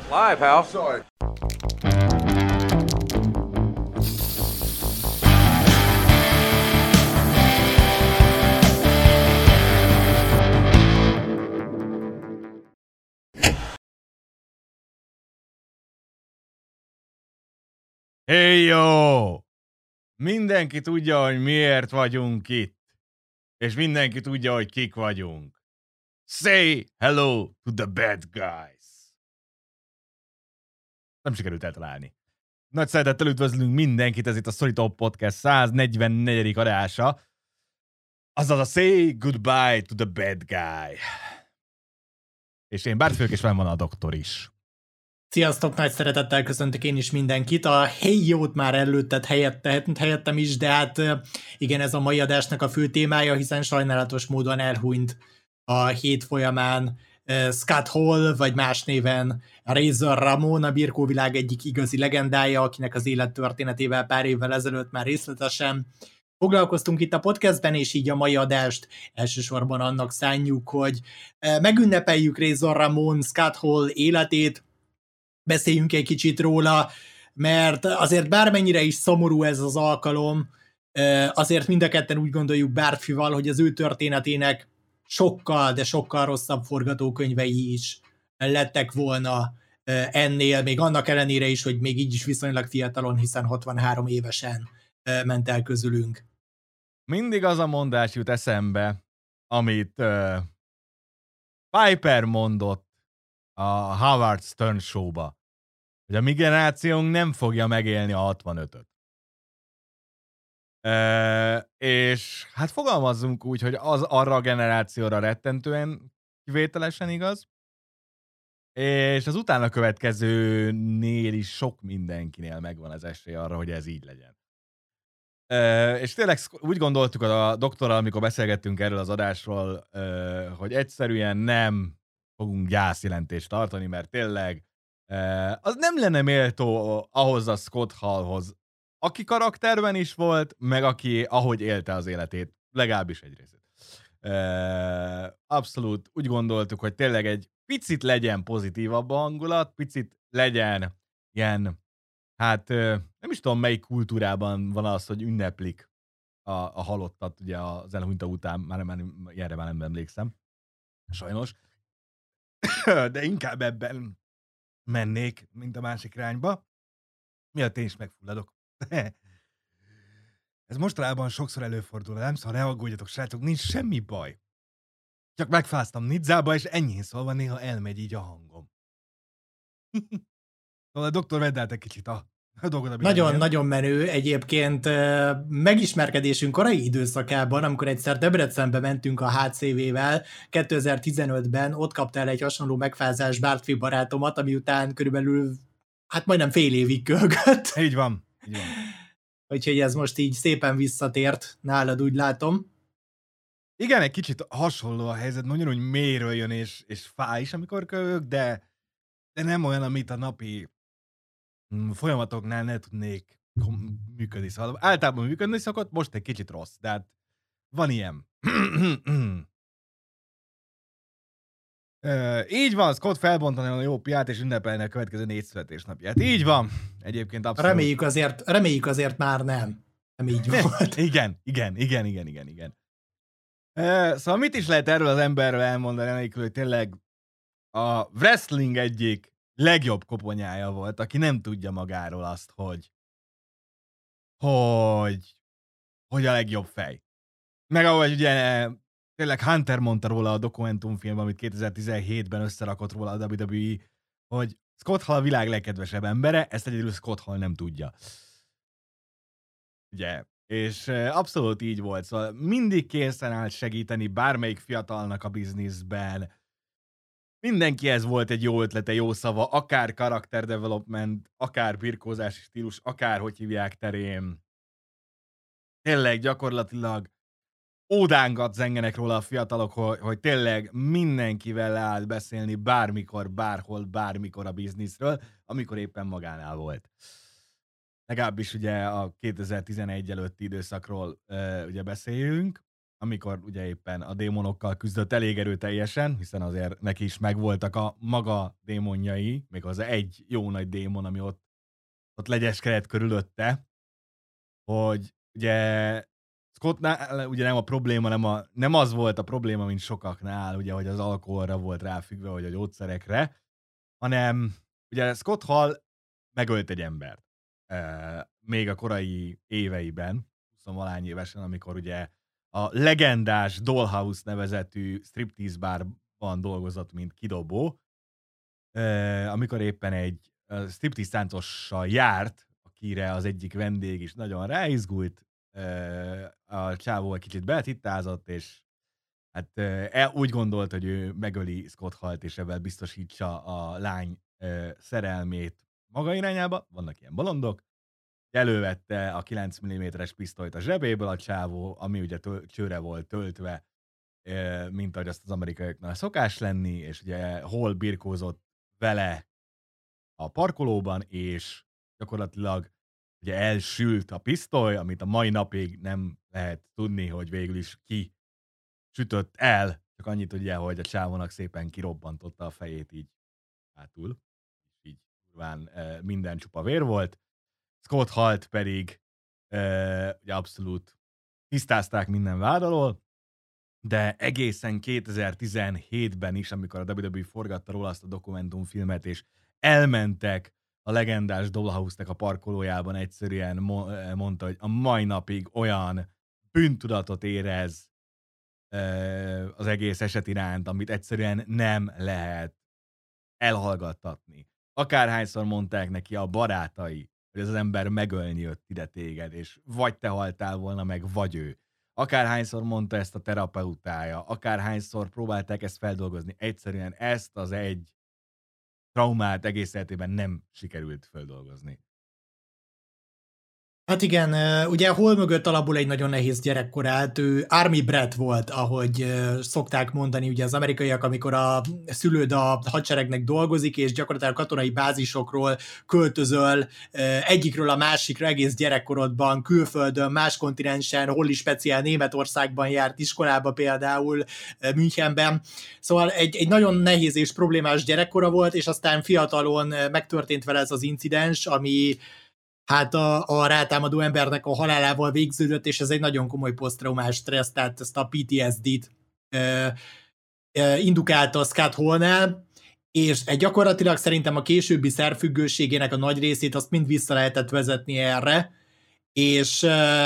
Live, pal. Sorry. Hey jó! Mindenki tudja, hogy miért vagyunk itt. És mindenki tudja, hogy kik vagyunk. Say hello to the bad guys. Nem sikerült eltalálni. Nagy szeretettel üdvözlünk mindenkit, ez itt a Szolitop Podcast 144. adása. Azaz a Say goodbye to the bad guy. És én Bárd vagyok, és velem van a doktor is. Sziasztok, nagy szeretettel köszöntök én is mindenkit. A Hey jót már előtted helyettem is, de hát igen, ez a mai adásnak a fő témája, hiszen sajnálatos módon elhunyt a hét folyamán Scott Hall, vagy más néven Razor Ramon, a birkóvilág egyik igazi legendája, akinek az élettörténetével pár évvel ezelőtt már részletesen foglalkoztunk itt a podcastben, és így a mai adást elsősorban annak szánjuk, hogy megünnepeljük Razor Ramon, Scott Hall életét, beszéljünk egy kicsit róla, mert azért bármennyire is szomorú ez az alkalom, azért mind a ketten úgy gondoljuk Bárfival, hogy az ő történetének sokkal, de sokkal rosszabb forgatókönyvei is lettek volna ennél, még annak ellenére is, hogy még így is viszonylag fiatalon, hiszen 63 évesen ment el közülünk. Mindig az a mondás jut eszembe, amit Piper mondott a Howard Stern show-ba, hogy a mi generációnk nem fogja megélni a 65-öt. És hát fogalmazzunk úgy, hogy az arra a generációra rettentően kivételesen igaz, és az utána következőnél is sok mindenkinél megvan az esély arra, hogy ez így legyen. És tényleg úgy gondoltuk a doktorral, amikor beszélgettünk erről az adásról, hogy egyszerűen nem fogunk gyászjelentést tartani, mert tényleg az nem lenne méltó ahhoz a Scott Hallhoz, aki karakterben is volt, meg aki ahogy élte az életét, legalábbis egy részét. Abszolút úgy gondoltuk, hogy tényleg egy picit legyen pozitívabb a hangulat, picit legyen ilyen, hát nem is tudom melyik kultúrában van az, hogy ünneplik a halottat, ugye az elhunyta után, már ilyenre már nem emlékszem, sajnos. De inkább ebben mennék, mint a másik irányba. Miatt én is megfulladok. Ez mostanában sokszor előfordul, nem? Szóval ne aggódjatok, srácok, nincs semmi baj. Csak megfáztam Nidzába, és ennyi szólva néha elmegy így a hangom. Szóval a doktor, vedd át egy kicsit a dolgod. Nagyon-nagyon menő egyébként megismerkedésünk korai időszakában, amikor egyszer Debrecenbe mentünk a HCV-vel 2015-ben, ott kaptál egy hasonló megfázás Bártfi barátomat, ami után körülbelül hát majdnem fél évig kölgött. Így van. Így van. Úgyhogy ez most így szépen visszatért nálad, úgy látom. Igen, egy kicsit hasonló a helyzet, nagyon úgy mélyről jön és fáj is, amikor kölgök, de nem olyan, amit a napi folyamatoknál ne tudnék működni. Szóval általában működni szokott, most egy kicsit rossz, de hát van ilyen. Így van, Scott felbontani a jó piát, és ünnepelni a következő 4 születésnapját. Így van. Egyébként abszolút. Reméljük azért már nem így volt. Igen. Szóval mit is lehet erről az emberről elmondani, nélkül, hogy tényleg a wrestling egyik legjobb koponyája volt, aki nem tudja magáról azt, hogy a legjobb fej. Meg ahogy ugye tényleg Hunter mondta róla a dokumentumfilm, amit 2017-ben összerakott róla a WWE, hogy Scott Hall a világ legkedvesebb embere, ezt egyedül Scott Hall nem tudja. Ugye? És abszolút így volt, szóval mindig készen állt segíteni bármelyik fiatalnak a bizniszben. Mindenkihez volt egy jó ötlete, jó szava, akár character development, akár birkózási stílus, akár hogy hívják terén. Tényleg gyakorlatilag ódánkat zengenek róla a fiatalok, hogy tényleg mindenkivel leállt beszélni bármikor, bárhol, bármikor a bizniszről, amikor éppen magánál volt. Legalábbis ugye a 2011 előtti időszakról ugye beszéljünk, amikor ugye éppen a démonokkal küzdött elég erőteljesen, hiszen azért neki is megvoltak a maga démonjai, még az egy jó nagy démon, ami ott legyeskedett körülötte, hogy ugye Scottnál ugye nem a probléma, nem az volt a probléma, mint sokaknál, ugye, hogy az alkoholra volt ráfüggve, vagy a gyógyszerekre, hanem ugye Scott Hall megölt egy embert. Még a korai éveiben, 20-valány évesen, amikor ugye a legendás Dollhouse nevezetű striptease bárban dolgozott, mint kidobó, amikor éppen egy striptease táncossal járt, akire az egyik vendég is nagyon ráizgult, a csávó egy kicsit beltittázott, és hát úgy gondolt, hogy ő megöli Scott Hallt, és ebben biztosítsa a lány szerelmét maga irányába. Vannak ilyen bolondok. Elővette a 9 mm-es pisztolyt a zsebéből a csávó, ami ugye csőre volt töltve, mint ahogy azt az amerikaiaknál szokás lenni, és ugye Hall birkózott vele a parkolóban, és gyakorlatilag ugye elsült a pisztoly, amit a mai napig nem lehet tudni, hogy végül is ki sütött el, csak annyit ugye, hogy a csávónak szépen kirobbantotta a fejét így hátul, és így durván minden csupa vér volt. Scott Hallt pedig ugye abszolút tisztázták minden vád alól, de egészen 2017-ben is, amikor a WWE forgatta róla azt a dokumentumfilmet, és elmentek a legendás Dollhouse-nek a parkolójában, egyszerűen mondta, hogy a mai napig olyan bűntudatot érez az egész eset iránt, amit egyszerűen nem lehet elhallgattatni. Akárhányszor mondták neki a barátai, hogy ez az ember megölni jött ide téged, és vagy te haltál volna meg, vagy ő. Akárhányszor mondta ezt a terapeutája, akárhányszor próbálták ezt feldolgozni, egyszerűen ezt az egy traumát egész életében nem sikerült feldolgozni. Hát igen, ugye Hall mögött alapul egy nagyon nehéz gyerekkor állt, ő Army brat volt, ahogy szokták mondani ugye az amerikaiak, amikor a szülőd a hadseregnek dolgozik, és gyakorlatilag katonai bázisokról költözöl egyikről a másikra egész gyerekkorodban, külföldön, más kontinensen, Hall is speciál Németországban járt iskolába például, Münchenben. Szóval egy nagyon nehéz és problémás gyerekkora volt, és aztán fiatalon megtörtént vele ez az incidens, ami hát a rátámadó embernek a halálával végződött, és ez egy nagyon komoly posztraumás stressz, tehát ezt a PTSD-t indukálta a Scott Hallnál, és gyakorlatilag szerintem a későbbi szerfüggőségének a nagy részét azt mind vissza lehetett vezetni erre, és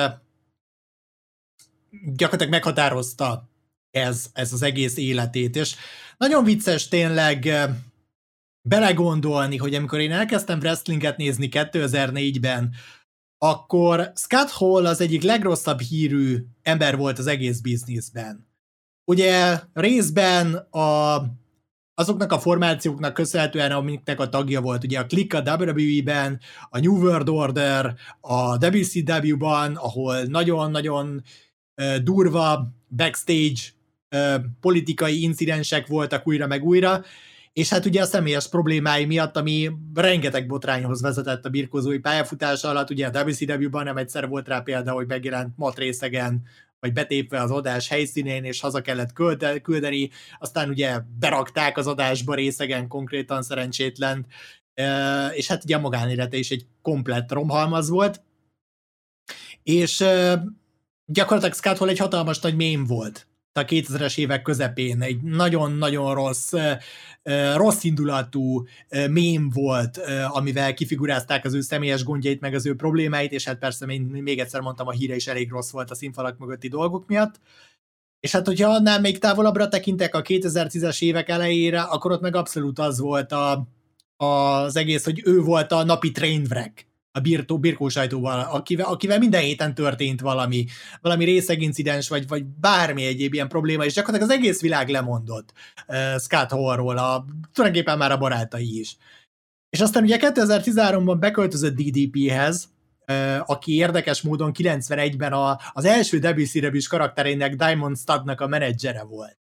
gyakorlatilag meghatározta ez az egész életét, és nagyon vicces tényleg belegondolni, hogy amikor én elkezdtem wrestlinget nézni 2004-ben, akkor Scott Hall az egyik legrosszabb hírű ember volt az egész bizniszben. Ugye részben azoknak a formációknak köszönhetően, amiknek a tagja volt, ugye a Clique a WWE-ben, a New World Order, a WCW-ban, ahol nagyon-nagyon durva backstage politikai incidensek voltak újra meg újra, és hát ugye a személyes problémái miatt, ami rengeteg botrányhoz vezetett a birkózói pályafutása alatt, ugye a WCW-ban nem egyszer volt rá példa, hogy megjelent matrészegen, vagy betépve az adás helyszínén, és haza kellett küldeni, aztán ugye berakták az adásba részegen konkrétan szerencsétlen, és hát ugye a magánélete is egy komplett romhalmaz volt, és gyakorlatilag Scott Hall egy hatalmas nagy mém volt a 2000-es évek közepén, egy nagyon-nagyon rossz indulatú mém volt, amivel kifigurázták az ő személyes gondjait, meg az ő problémáit, és hát persze még egyszer mondtam, a híre is elég rossz volt a színfalak mögötti dolgok miatt. És hát, hogyha annál még távolabbra tekintek a 2010-es évek elejére, akkor ott meg abszolút az volt az egész, hogy ő volt a napi trainwreck a birkósajtóval, akivel minden héten történt valami részegincidens, vagy bármi egyéb ilyen probléma, és gyakorlatilag az egész világ lemondott Scott Hallról, tulajdonképpen már a barátai is. És aztán ugye 2013-ban beköltözött DDP-hez, aki érdekes módon 91-ben az első WCW-s karakterének, Diamond Studnak a menedzsere volt.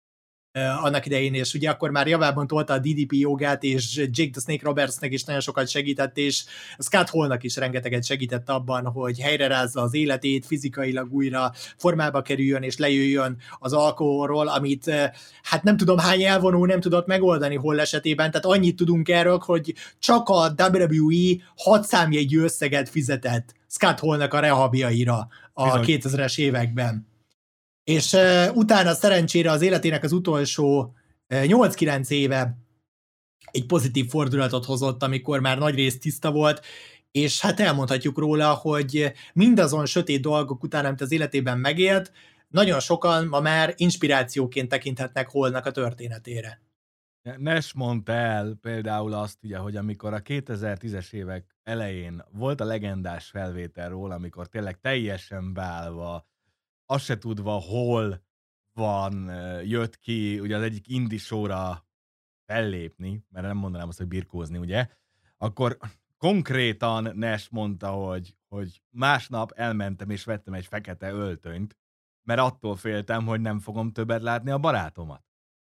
annak idején, és ugye akkor már javában tolta a DDP jogát, és Jake the Snake Robertsnek is nagyon sokat segített, és Scott Hallnak is rengeteget segített abban, hogy helyrerázza az életét, fizikailag újra formába kerüljön, és lejöjjön az alkoholról, amit hát nem tudom hány elvonó nem tudott megoldani Hall esetében, tehát annyit tudunk erről, hogy csak a WWE 6 számjegyű összeget fizetett Scott Hallnak a rehabjaira a 2000-es években. És utána szerencsére az életének az utolsó 8-9 éve egy pozitív fordulatot hozott, amikor már nagyrészt tiszta volt, és hát elmondhatjuk róla, hogy mindazon sötét dolgok után, amit az életében megélt, nagyon sokan ma már inspirációként tekinthetnek Hallnak a történetére. Nash mondta el például azt, ugye, hogy amikor a 2010-es évek elején volt a legendás felvétel róla, amikor tényleg teljesen beállva, azt se tudva, hol van, jött ki, ugye az egyik indie show-ra fellépni, mert nem mondanám azt, hogy birkózni, ugye, akkor konkrétan Nash mondta, hogy másnap elmentem és vettem egy fekete öltönyt, mert attól féltem, hogy nem fogom többet látni a barátomat.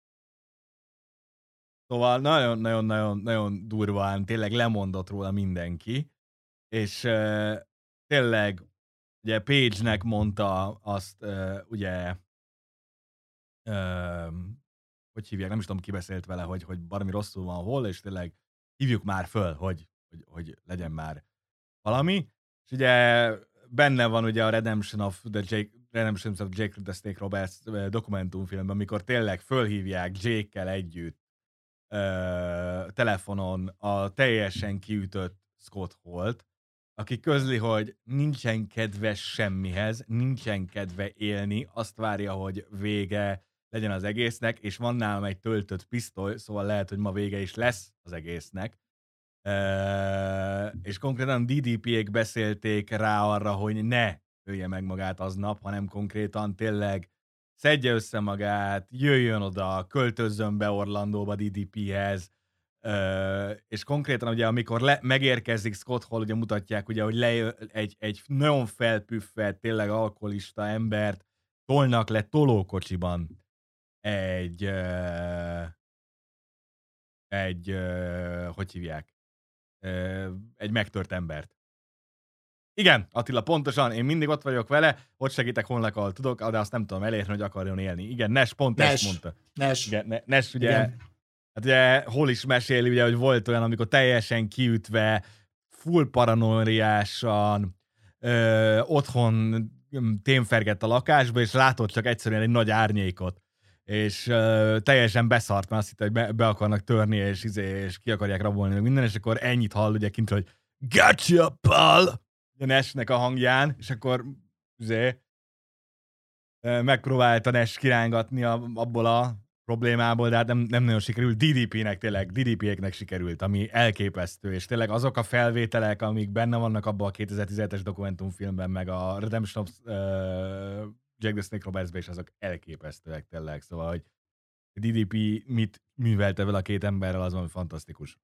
Szóval nagyon durván tényleg lemondott róla mindenki, és tényleg ugye Page-nek mondta azt, ugye, hogy hívják, nem is tudom, ki beszélt vele, hogy valami rosszul van hol, és tényleg hívjuk már föl, hogy legyen már valami. És ugye benne van ugye a Redemption of Jake the Snake Roberts dokumentumfilmben, amikor tényleg fölhívják Jake-kel együtt telefonon a teljesen kiütött Scott Hallt, aki közli, hogy nincsen kedve semmihez, nincsen kedve élni, azt várja, hogy vége legyen az egésznek, és van nálam egy töltött pisztoly, szóval lehet, hogy ma vége is lesz az egésznek. És konkrétan DDP-ek beszélték rá arra, hogy ne ölje meg magát aznap, hanem konkrétan tényleg szedje össze magát, jöjjön oda, költözzön be Orlandóba DDP-hez, és konkrétan ugye amikor megérkezik Scott Hall, ugye mutatják, ugye, hogy egy nagyon felpüffelt, tényleg alkoholista embert tolnak le tolókocsiban hogy hívják? Egy megtört embert. Igen, Attila, pontosan, én mindig ott vagyok vele, ott segítek Hallnak, ahol tudok, de azt nem tudom elérni, hogy akarjon élni. Igen, Nash pont ezt mondta. Nash. Igen, Nash ugye, hát ugye Hall is meséli, ugye, hogy volt olyan, amikor teljesen kiütve, full paranoiásan, otthon témfergett a lakásba, és látott csak egyszerűen egy nagy árnyékot. És teljesen beszart, mert azt hitte, hogy be akarnak törni, és ki akarják rabolni, meg minden, és akkor ennyit hall ugye kint, hogy gotcha, pal! A Nashnek a hangján, és akkor megpróbálta Nash kirángatni abból a problémából, de hát nem nagyon sikerült. DDP-eknek sikerült, ami elképesztő, és tényleg azok a felvételek, amik benne vannak abban a 2017-es dokumentumfilmben, meg a Redemption of Jake the Snake Roberts-ben, és azok elképesztőek tényleg, szóval, hogy DDP mit művelte vele a két emberrel, az valami fantasztikus.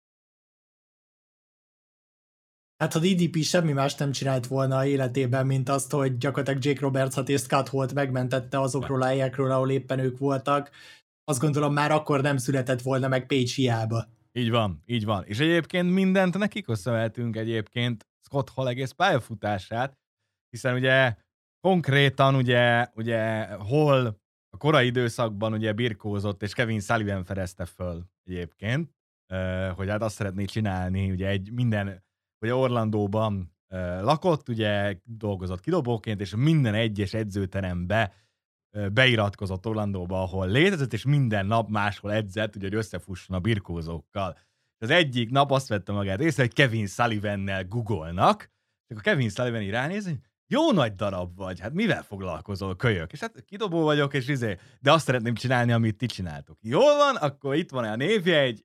Hát ha DDP semmi más nem csinált volna a életében, mint azt, hogy gyakorlatilag Jake Roberts-hat és Scott Hallt megmentette azokról a helyekről, ahol éppen ők voltak, azt gondolom már akkor nem született volna meg Page hiába. Így van, így van. És egyébként mindent neki köszönhetünk egyébként Scott Hall egész pályafutását, hiszen ugye konkrétan ugye Hall a korai időszakban ugye birkózott, és Kevin Sullivan fedezte föl egyébként, hogy hát azt szeretné csinálni, ugye ugye Orlandóban lakott, ugye dolgozott kidobóként, és minden egyes edzőterembe beiratkozott Orlandóba, ahol létezett, és minden nap máshol edzett, ugye, hogy összefusson a birkózókkal. Az egyik nap azt vette magát észre, hogy Kevin Sullivannel googolnak, és akkor Kevin Sullivan így ránéz, hogy jó nagy darab vagy, hát mivel foglalkozol, kölyök? És hát kidobó vagyok, és de azt szeretném csinálni, amit ti csináltok. Jól van, akkor itt van a névjegy,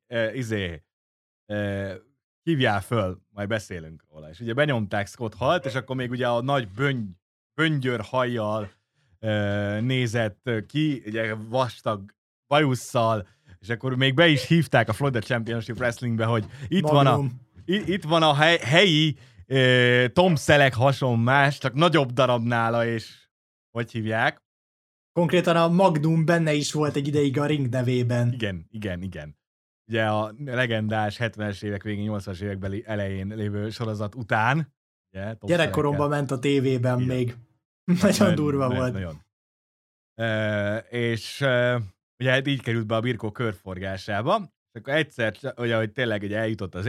hívjál föl, majd beszélünk róla. És ugye benyomták Scott Hallt, és akkor még ugye a nagy böngyör hajjal nézett ki, ugye vastag bajusszal, és akkor még be is hívták a Florida Championship Wrestlingbe, hogy itt van a helyi Tom Selleck hasonlás, csak nagyobb darab nála, és hogy hívják? Konkrétan a Magnum benne is volt egy ideig a Ring nevében. Igen. Ugye a legendás 70-es évek végén, 80-as évekbeli elején lévő sorozat után. Ugye, Gyerekkoromban ment a tévében még. Nagyon durva volt. Nagyon. És ugye így került be a birkó körforgásába, és akkor egyszer, ugye, hogy tényleg ugye eljutott az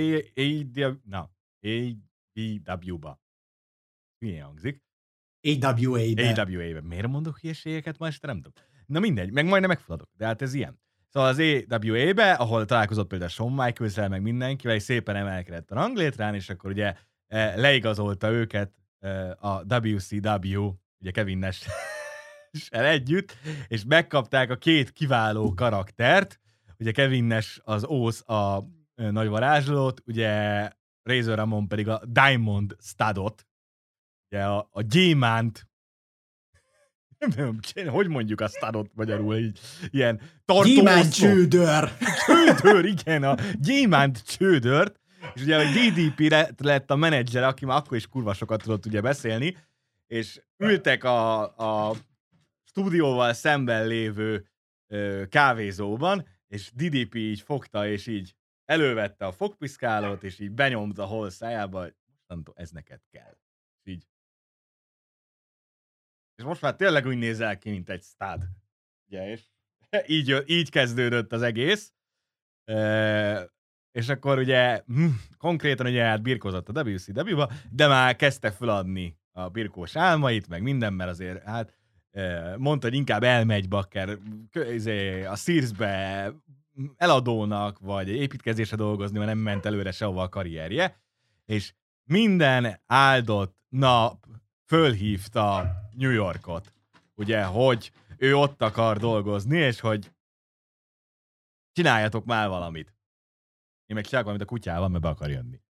AEW-ba. Milyen hangzik? AWA-be. AWA-be. Miért mondok hülyeségeket ma este? Nem tudom. Na mindegy, meg majdnem megfuladok, de hát ez ilyen. Szóval az AWA-be, ahol találkozott például Shawn Michaels-el, meg mindenkivel, és szépen emelkedett a ranglétrán, és akkor ugye leigazolta őket a WCW, ugye Kevin Nash-el együtt, és megkapták a két kiváló karaktert, ugye Kevin Nash az Ósz, a nagy varázslót, ugye Razor Ramon pedig a Diamond Studot, ugye a gyémánt, nem tudom, hogy mondjuk a Studot magyarul, így, ilyen tartóoszlop. Gyémánt csődör. Csődör, igen, a gyémánt csődört, és ugye a DDP lett a menedzser, aki már akkor is kurva sokat tudott ugye beszélni, és ültek a stúdióval szemben lévő kávézóban, és DDP így fogta, és így elővette a fogpiszkálót, és így benyomta hol szájába, hogy mostantól ez neked kell. Így. És most már tényleg úgy nézel ki, mint egy stud. Ugye, és így kezdődött az egész. És akkor ugye konkrétan ugye hát birkózott a WCW-ba, de már kezdte feladni a birkós álmait, meg minden, mert azért hát mondta, hogy inkább elmegy bakker a Sears-be eladónak, vagy építkezésre dolgozni, mert nem ment előre sehova a karrierje, és minden áldott nap fölhívta New Yorkot, ugye, hogy ő ott akar dolgozni, és hogy csináljatok már valamit. Én meg csinálok valamit a kutyával, mert be akar jönni.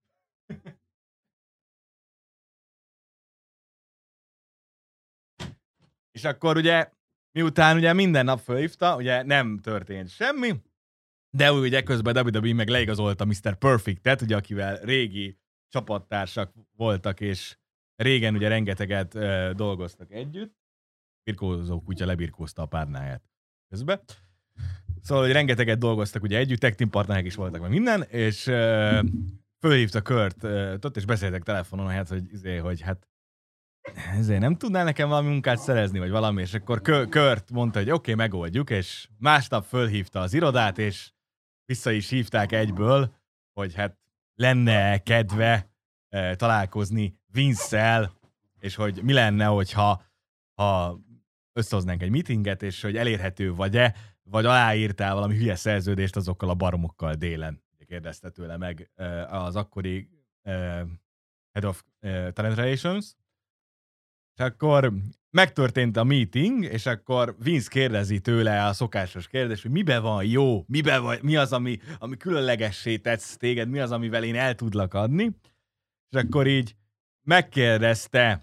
És akkor ugye, miután ugye minden nap fölhívta, ugye nem történt semmi, de ugye közben WWE meg leigazolta Mr. Perfect-et, ugye akivel régi csapattársak voltak, és régen ugye rengeteget dolgoztak együtt. Birkózó kutya lebirkózta a párnáját közben. Szóval, hogy rengeteget dolgoztak ugye együtt, tag team partnerek is voltak meg minden, és fölhívta Kurt, és beszéltek telefonon, hát, hogy hát ezért nem tudnál nekem valami munkát szerezni, vagy valami, és akkor Kurt mondta, hogy oké, megoldjuk, és másnap fölhívta az irodát, és vissza is hívták egyből, hogy hát lenne kedve találkozni Vince-szel, és hogy mi lenne, hogyha összehoznánk egy meetinget, és hogy elérhető vagy-e, vagy aláírtál valami hülye szerződést azokkal a baromokkal délen. Kérdezte tőle meg az akkori Head of Talent Relations. És akkor megtörtént a meeting, és akkor Vince kérdezi tőle a szokásos kérdés, hogy mibe van jó, mi az, ami különlegessé tetsz téged, mi az, amivel én el tudlak adni. És akkor így megkérdezte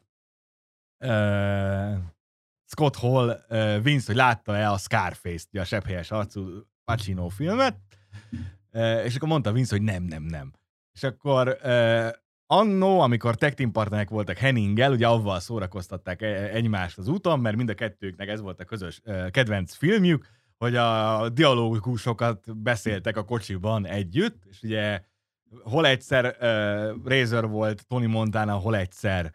Scott Hall Vince, hogy látta-e a Scarface-t, a sebhelyes arcú Pacino filmet, és akkor mondta Vince, hogy nem. És akkor annó, amikor tag team partnerek voltak Henninggel, ugye avval szórakoztatták egymást az úton, mert mind a kettőknek ez volt a közös kedvenc filmjük, hogy a dialógusokat beszéltek a kocsiban együtt, és ugye hol egyszer Razor volt Tony Montana, hol egyszer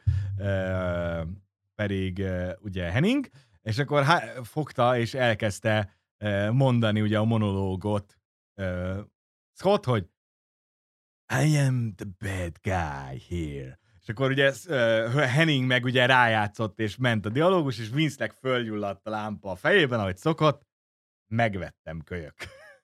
pedig ugye Henning, és akkor fogta és elkezdte mondani ugye a monológot Scott, hogy I am the bad guy here. És akkor ugye Henning meg ugye rájátszott, és ment a dialógus, és Vince-nek fölgyulladt a lámpa a fejében, ahogy szokott, megvettem kölyök.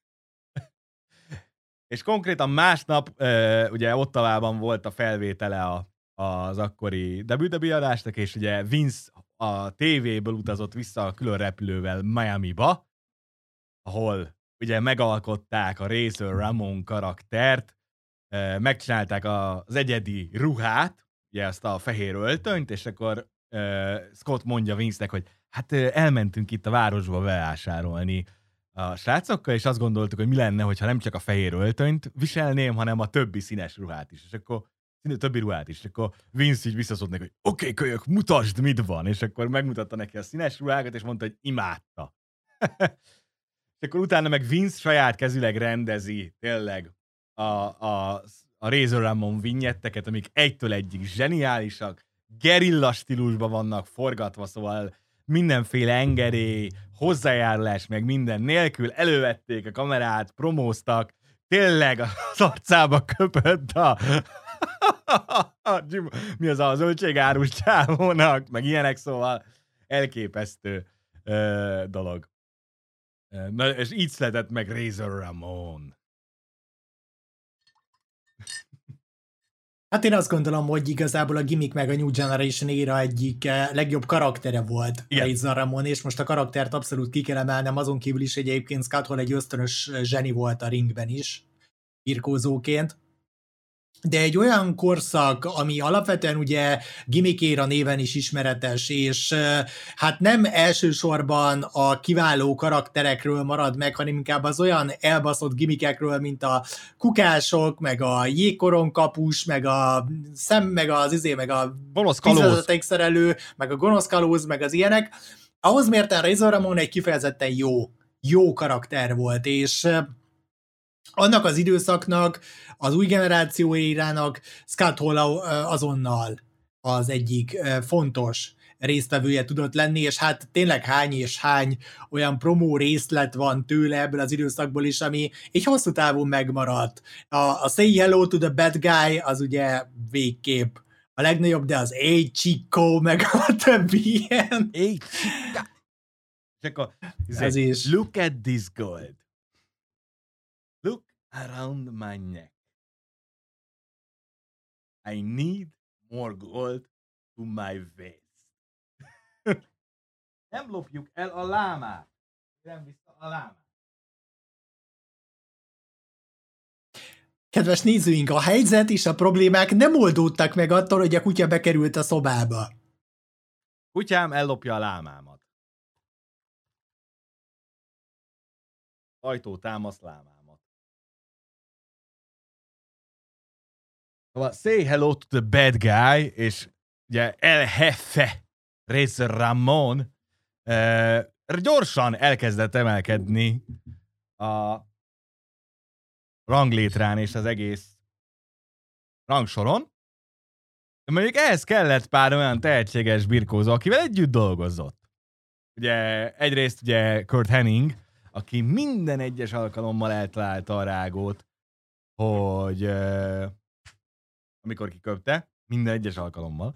És konkrétan másnap, ugye Ottawában volt a felvétele az akkori WWE adásnak, és ugye Vince a tévéből utazott vissza a külön repülővel Miamiba, ahol ugye megalkották a Razor Ramon karaktert, megcsinálták az egyedi ruhát, ugye azt a fehér öltönyt, és akkor Scott mondja Vince-nek, hogy hát elmentünk itt a városba bevásárolni a srácokkal, és azt gondoltuk, hogy mi lenne, hogyha nem csak a fehér öltönyt viselném, hanem a többi színes ruhát is. És akkor többi ruhát is. És akkor Vince így visszaszólt neki, hogy oké, kölyök, mutasd, mit van. És akkor megmutatta neki a színes ruhákat, és mondta, hogy imádta. És akkor utána meg Vince saját kezüleg rendezi tényleg a Razor Ramon vignetteket, amik egytől egyig zseniálisak, gerilla stílusban vannak forgatva, szóval mindenféle engedély, hozzájárulás, meg minden nélkül elővették a kamerát, promóztak, tényleg az arcába köpött mi az a zöldségárus csávónak, meg ilyenek, szóval elképesztő dolog. Na, és így született meg Razor Ramon. Hát én azt gondolom, hogy igazából a Gimmick meg a New Generation éra egyik legjobb karaktere volt Razor Ramon, és most a karaktert abszolút ki kell emelnem, azon kívül is egyébként Scott Hall egy ösztönös zseni volt a ringben is, birkózóként. De egy olyan korszak, ami alapvetően ugye Gimmick éra néven is ismeretes, és hát nem elsősorban a kiváló karakterekről marad meg, hanem inkább az olyan elbaszott gimmickekről, mint a kukások, meg a jégkoronkapus, meg a meg a tízvezetékszerelő, meg a gonoszkalóz, meg az ilyenek. Ahhoz mérten Razor Ramon egy kifejezetten jó karakter volt, és annak az időszaknak, az új generáció érának Scott Hall azonnal az egyik fontos résztvevője tudott lenni, és hát tényleg hány olyan promó részlet van tőle ebből az időszakból is, ami egy hosszú távon megmaradt. A Say Hello to the Bad Guy az ugye végképp a legnagyobb, de az Hey Chico, meg a többi ilyen. Hey Chico! Ez is. Look at this gold. Look around my neck. I need more gold to my waist. Nem lopjuk el a lámát. Nem vissza a lámát. Kedves nézőink, a helyzet és a problémák nem oldódtak meg attól, hogy a kutya bekerült a szobába. Kutyám ellopja a lámámat. Ajtó támasz lámámat. Szóval say hello to the bad guy, és ugye El Jefe Razor Ramon gyorsan elkezdett emelkedni a ranglétrán és az egész rangsoron. De mondjuk ehhez kellett pár olyan tehetséges birkózó, akivel együtt dolgozott. Ugye egyrészt ugye Curt Hennig, aki minden egyes alkalommal eltalálta a rágót, hogy amikor kiköpte, minden egyes alkalommal.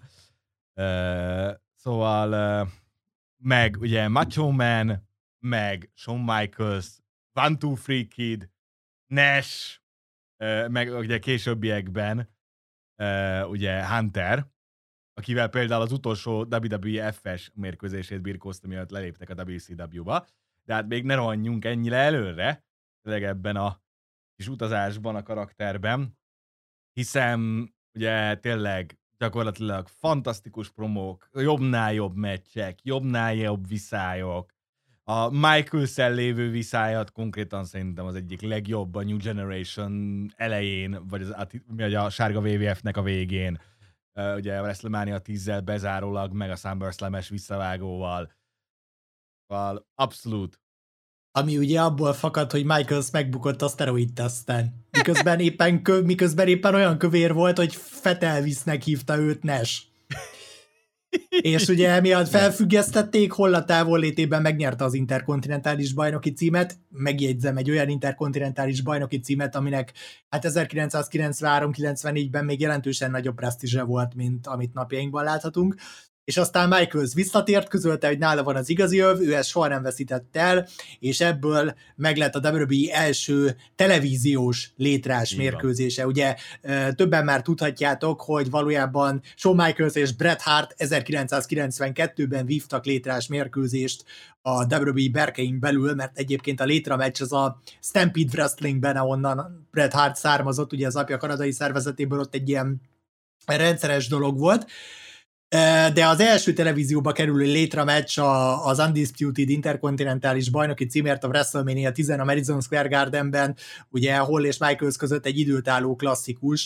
Szóval meg ugye Macho Man, meg Shawn Michaels, 1-2-3 Kid, Nash, meg ugye későbbiekben ugye Hunter, akivel például az utolsó WWE F-es mérkőzését birkózta, miatt leléptek a WCW-ba, de hát még ne rohanjunk ennyire előre, tényleg ebben a kis utazásban, a karakterben, hiszen ugye tényleg gyakorlatilag fantasztikus promók, jobbnál jobb meccsek, jobbnál jobb viszályok, a Michaels-el lévő viszályat konkrétan szerintem az egyik legjobb a New Generation elején, vagy a sárga WWF-nek a végén, ugye a WrestleMania 10-zel bezárólag, meg a SummerSlam-es visszavágóval. Szóval abszolút. Ami ugye abból fakad, hogy Michaels megbukott a szteroid teszten. Miközben éppen olyan kövér volt, hogy Fat Elvisnek hívta őt Nash. És ugye emiatt felfüggesztették, hol a távollétében megnyerte az interkontinentális bajnoki címet, megjegyzem, egy olyan interkontinentális bajnoki címet, aminek hát 1993-94-ben még jelentősen nagyobb presztízse volt, mint amit napjainkban láthatunk. És aztán Michaels visszatért, közölte, hogy nála van az igazi öv, ő ezt soha nem veszített el, és ebből meglett a WWE első televíziós létrás mérkőzése. Ugye többen már tudhatjátok, hogy valójában Shawn Michaels és Bret Hart 1992-ben vívtak létrás mérkőzést a WWE berkein belül, mert egyébként a létrameccs az a Stampede Wrestlingben, ahonnan Bret Hart származott, ugye az apja kanadai szervezetéből, ott egy ilyen rendszeres dolog volt. De az első televízióba kerülő létrameccs az Undisputed interkontinentális bajnoki címért a WrestleMania 10 a Madison Square Gardenben, ugye Hall és Michaels között egy időtálló klasszikus,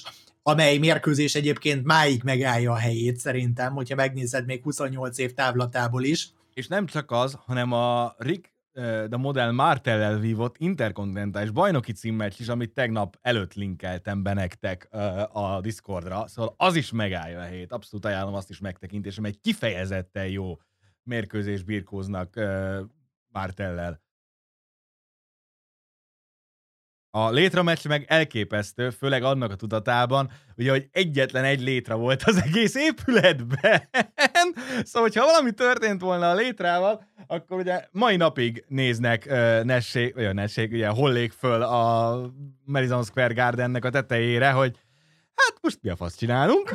amely mérkőzés egyébként máig megállja a helyét szerintem, hogyha megnézed még 28 év távlatából is. És nem csak az, hanem a Rick de Model Martellel vívott interkontinentális bajnoki címmeccs is, amit tegnap előtt linkeltem be nektek a Discordra, szóval az is megállja a helyét. Abszolút ajánlom azt is megtekintésem, egy kifejezetten jó mérkőzés birkóznak Martellel. A létrameccs meg elképesztő, főleg annak a tudatában, ugye, hogy egyetlen egy létra volt az egész épületben. Szóval, hogyha valami történt volna a létrával, akkor ugye mai napig néznek Nessék, ugye Hollék föl a Madison Square Gardennek a tetejére, hogy hát most mi a fasz csinálunk?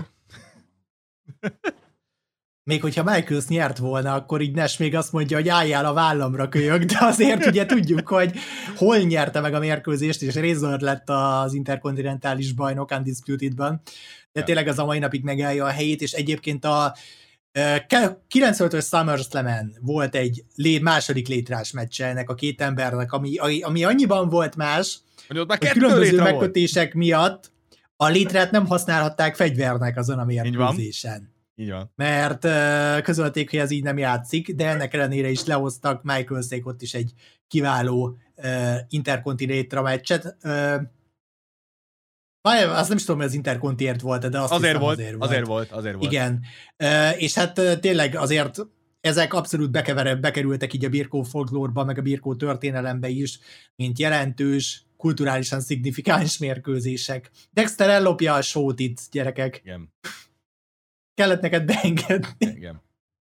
Még hogyha Michaels nyert volna, akkor így Nash még azt mondja, hogy álljál a vállamra, kölyök, de azért ugye tudjuk, hogy hol nyerte meg a mérkőzést, és Razor lett az interkontinentális bajnok Undisputedban. De tényleg az a mai napig megállja a helyét, és egyébként a 95-ös SummerSlam-en volt egy második létrás meccse ennek a két embernek, ami annyiban volt más, hogy különböző megkötések miatt a létrát nem használhatták fegyvernek azon a mérkőzésen. Így van. Mert közölték, hogy ez így nem játszik, de ennek ellenére is lehoztak Michaelsék ott is egy kiváló interkontinentra meccset. Azt nem is tudom, hogy az interkontiért volt, de azt azért volt. Igen. És hát tényleg azért ezek abszolút bekerültek így a birkó folklórba, meg a birkó történelembe is, mint jelentős, kulturálisan szignifikáns mérkőzések. Dexter ellopja a sót itt, gyerekek. Igen. Kellett neked beengedni. Igen.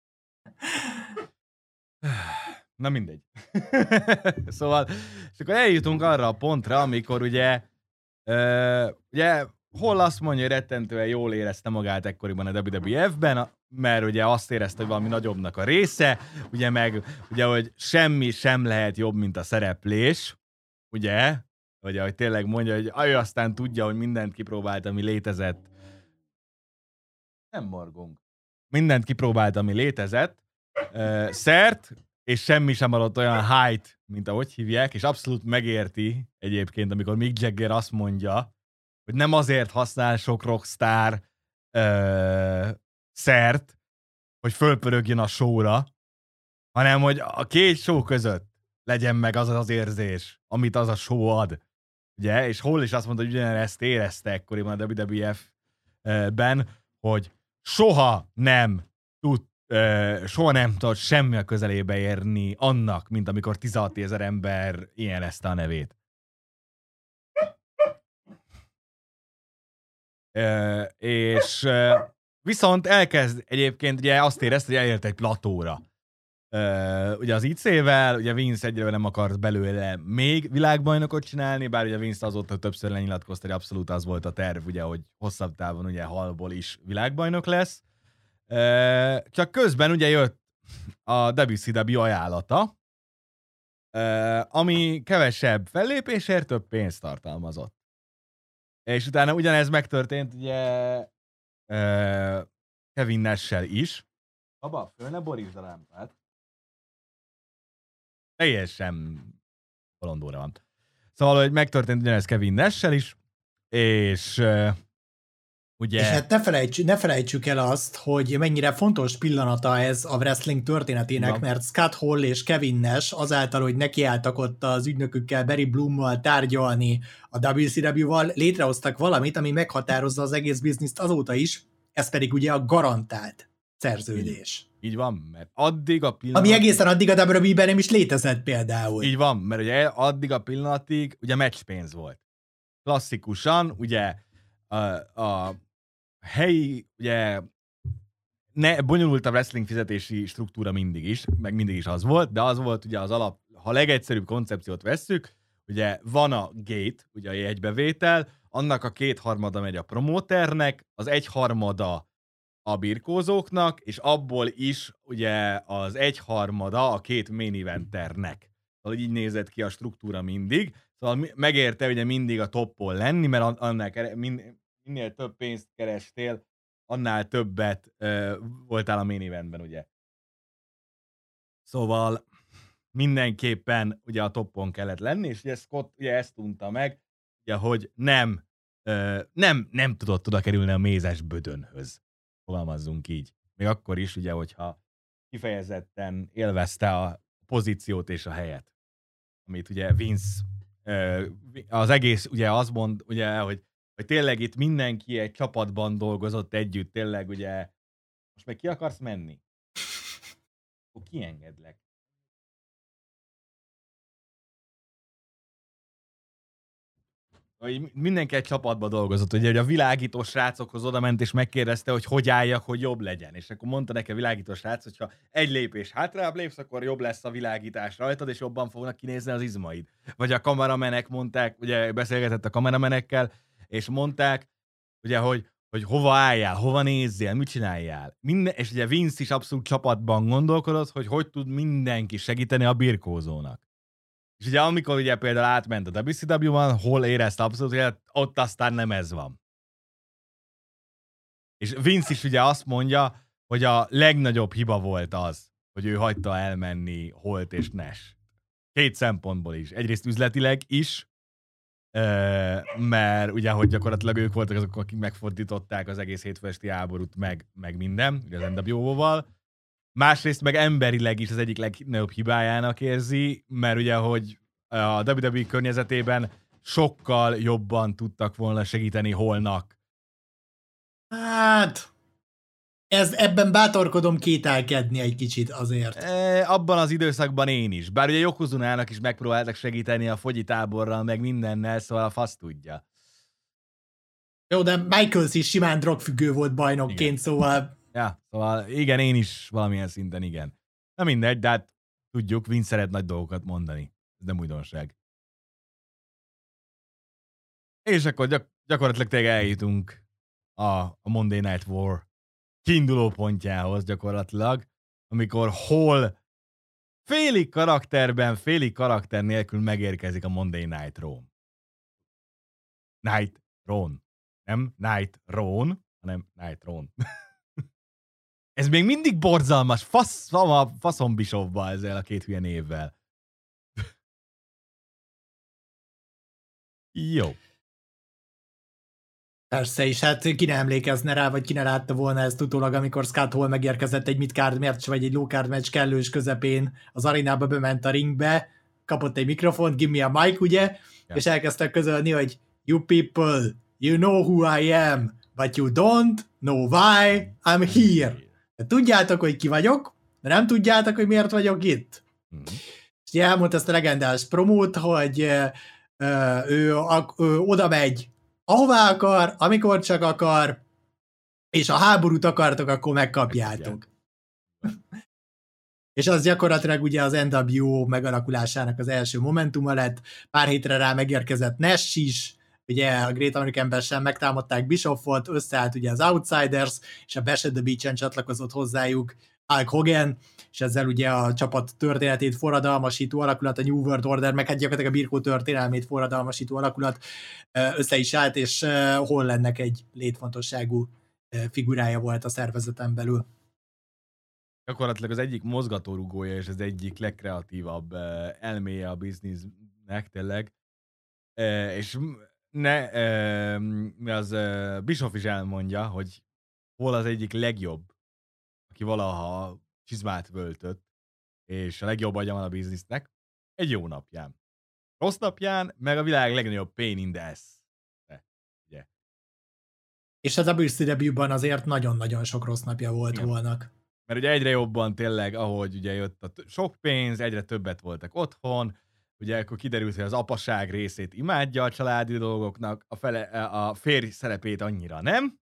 Na mindegy. Szóval, és akkor eljutunk arra a pontra, amikor ugye hol azt mondja, hogy rettentően jól érezte magát ekkoriban a WWF-ben, mert ugye azt érezte, hogy valami nagyobbnak a része, ugye meg, ugye, hogy semmi sem lehet jobb, mint a szereplés, ugye, hogy tényleg mondja, hogy ő aztán tudja, hogy mindent kipróbált, ami létezett. Nem morgunk. Mindent kipróbált, ami létezett, szert, és semmi sem adott olyan height, mint ahogy hívják, és abszolút megérti egyébként, amikor Mick Jagger azt mondja, hogy nem azért használ sok rockstar szert, hogy fölpörögjön a showra, hanem hogy a két show között legyen meg az az érzés, amit az a show ad. Ugye? És hol is azt mondta, hogy ugyanezt érezte ekkoriban a WWF-ben, hogy soha nem tudott semmi a közelébe érni annak, mint amikor 16 000 ember érezte a nevét. És viszont elkezd egyébként, ugye azt érezte, hogy elért egy platóra. Ugye az IC-vel, ugye Vince egyre nem akart belőle még világbajnokot csinálni, bár ugye Vince azóta többször lenyilatkozta, hogy abszolút az volt a terv, ugye, hogy hosszabb távon ugye Hallból is világbajnok lesz. Csak közben ugye jött a WCW ajánlata, ami kevesebb fellépésért több pénzt tartalmazott. És utána ugyanez megtörtént ugye Kevin Nash-sel is. Baba, föl ne borítsd a lámpát. Teljesen bolondóra van. Szóval, hogy megtörtént ugyanez Kevin Nash-sel is, és ugye... És hát ne felejtsük el azt, hogy mennyire fontos pillanata ez a wrestling történetének, mert Scott Hall és Kevin Nash azáltal, hogy nekiálltak ott az ügynökükkel, Barry Bloommal tárgyalni a WCW-val, létrehoztak valamit, ami meghatározza az egész bizniszt azóta is, ez pedig ugye a garantált szerződés. Így van, mert addig a pillanat... Ami egészen addig a WWE-ben nem is létezett például. Így van, mert ugye addig a pillanatig ugye matchpénz volt. Klasszikusan, ugye a helyi, ugye bonyolult a wrestling fizetési struktúra mindig is, meg mindig is az volt, de az volt ugye az alap, ha legegyszerűbb koncepciót vesszük, ugye van a gate, ugye a jegybevétel, annak a 2/3 megy a promóternek, az 1/3 a birkózóknak, és abból is ugye az 1/3 a 2 main eventernek. Szóval így nézett ki a struktúra mindig. Szóval megérte ugye mindig a toppon lenni, mert annál minél több pénzt kerestél, annál többet voltál a main eventben, ugye. Szóval mindenképpen ugye a toppon kellett lenni, és ugye Scott ugye ezt tudta meg, ugye, hogy nem nem tudott oda kerülni a mézes bödönhöz. Fogalmazzunk így. Még akkor is, ugye, hogyha kifejezetten élvezte a pozíciót és a helyet. Amit ugye Vince, az egész ugye azt mond, ugye, hogy tényleg itt mindenki egy csapatban dolgozott együtt, tényleg ugye, most meg ki akarsz menni? Akkor kiengedlek. Mindenki egy csapatban dolgozott, ugye, hogy a világító srácokhoz oda ment és megkérdezte, hogy álljak, hogy jobb legyen. És akkor mondta neki a világító srác, hogy ha egy lépés hátrább lépsz, akkor jobb lesz a világítás rajtad, és jobban fognak kinézni az izmaid. Vagy a kameramenek mondták, ugye beszélgetett a kameramenekkel, és mondták, ugye, hogy hova álljál, hova nézzél, mit csináljál. És ugye Vince is abszolút csapatban gondolkodott, hogy tud mindenki segíteni a birkózónak. És ugye amikor ugye például átment a WCW-ban, hol érezte abszolút, hogy ott aztán nem ez van. És Vince is ugye azt mondja, hogy a legnagyobb hiba volt az, hogy ő hagyta elmenni Holt és Nash. 2 szempontból is. Egyrészt üzletileg is, mert ugye, hogy gyakorlatilag ők voltak azok, akik megfordították az egész hétfőesti háborút, meg minden, ugye az NWO-val. Másrészt meg emberileg is az egyik legnagyobb hibájának érzi, mert ugye, hogy a WWE környezetében sokkal jobban tudtak volna segíteni Holnak. Hát, ebben bátorkodom kételkedni egy kicsit azért. Abban az időszakban én is. Bár ugye Yokozunának is megpróbáltak segíteni a fogyi táborral, meg mindennel, szóval a fasz tudja. Jó, de Michaels is simán drogfüggő volt bajnokként, igen. Szóval... Ja, szóval igen, én is valamilyen szinten igen. Na mindegy, de hát tudjuk, Vince szeret nagy dolgokat mondani. Ez nem újdonság. És akkor gyakorlatilag tényleg eljutunk a Monday Night War kiinduló pontjához gyakorlatilag, amikor Hall félig karakterben, félig karakter nélkül megérkezik a Monday Night Raw. Night Raw. Nem Night Raw, hanem Night Raw. Ez még mindig borzalmas, faszom Bischoffba ezzel a 2 hülye névvel. Jó. Persze, és hát ki ne emlékezne rá, vagy ki ne látta volna ezt utólag, amikor Scott Hall megérkezett egy mid-card match, vagy egy low-card match kellős közepén az arénába, bement a ringbe, kapott egy mikrofont, give me a mic, ugye, yeah. És elkezdtek közölni, hogy you people, you know who I am, but you don't know why I'm here. De tudjátok, hogy ki vagyok, de nem tudjátok, hogy miért vagyok itt. És elmondta ezt a legendás promót, hogy ő oda megy, ahová akar, amikor csak akar, és ha háborút akartok, akkor megkapjátok. És az gyakorlatilag ugye az NWO megalakulásának az első momentuma lett. Pár hétre rá megérkezett Nash is, ugye a Great American Bash-en megtámadták Bischoffot, összeállt ugye az Outsiders, és a Bash at the Beach-en csatlakozott hozzájuk Hulk Hogan, és ezzel ugye a csapat történetét forradalmasító alakulat, a New World Order, meg hát gyakorlatilag a birkó történelmét forradalmasító alakulat össze is állt, és Hollandnek egy létfontosságú figurája volt a szervezeten belül. Gyakorlatilag az egyik mozgatórugója és az egyik legkreatívabb elméje a biznisznek tényleg. És az Bischoff is elmondja, hogy hol az egyik legjobb, aki valaha csizmát völtött, és a legjobb agya van a biznisznek, egy jó napján. Rossz napján, meg a világ legnagyobb pain in the ass. Ugye? És az a WCW-ban azért nagyon-nagyon sok rossz napja volt volnak. Mert ugye egyre jobban tényleg, ahogy ugye jött a sok pénz, egyre többet voltak otthon, ugye akkor kiderült, hogy az apaság részét imádja a családi dolgoknak, a férj szerepét annyira nem.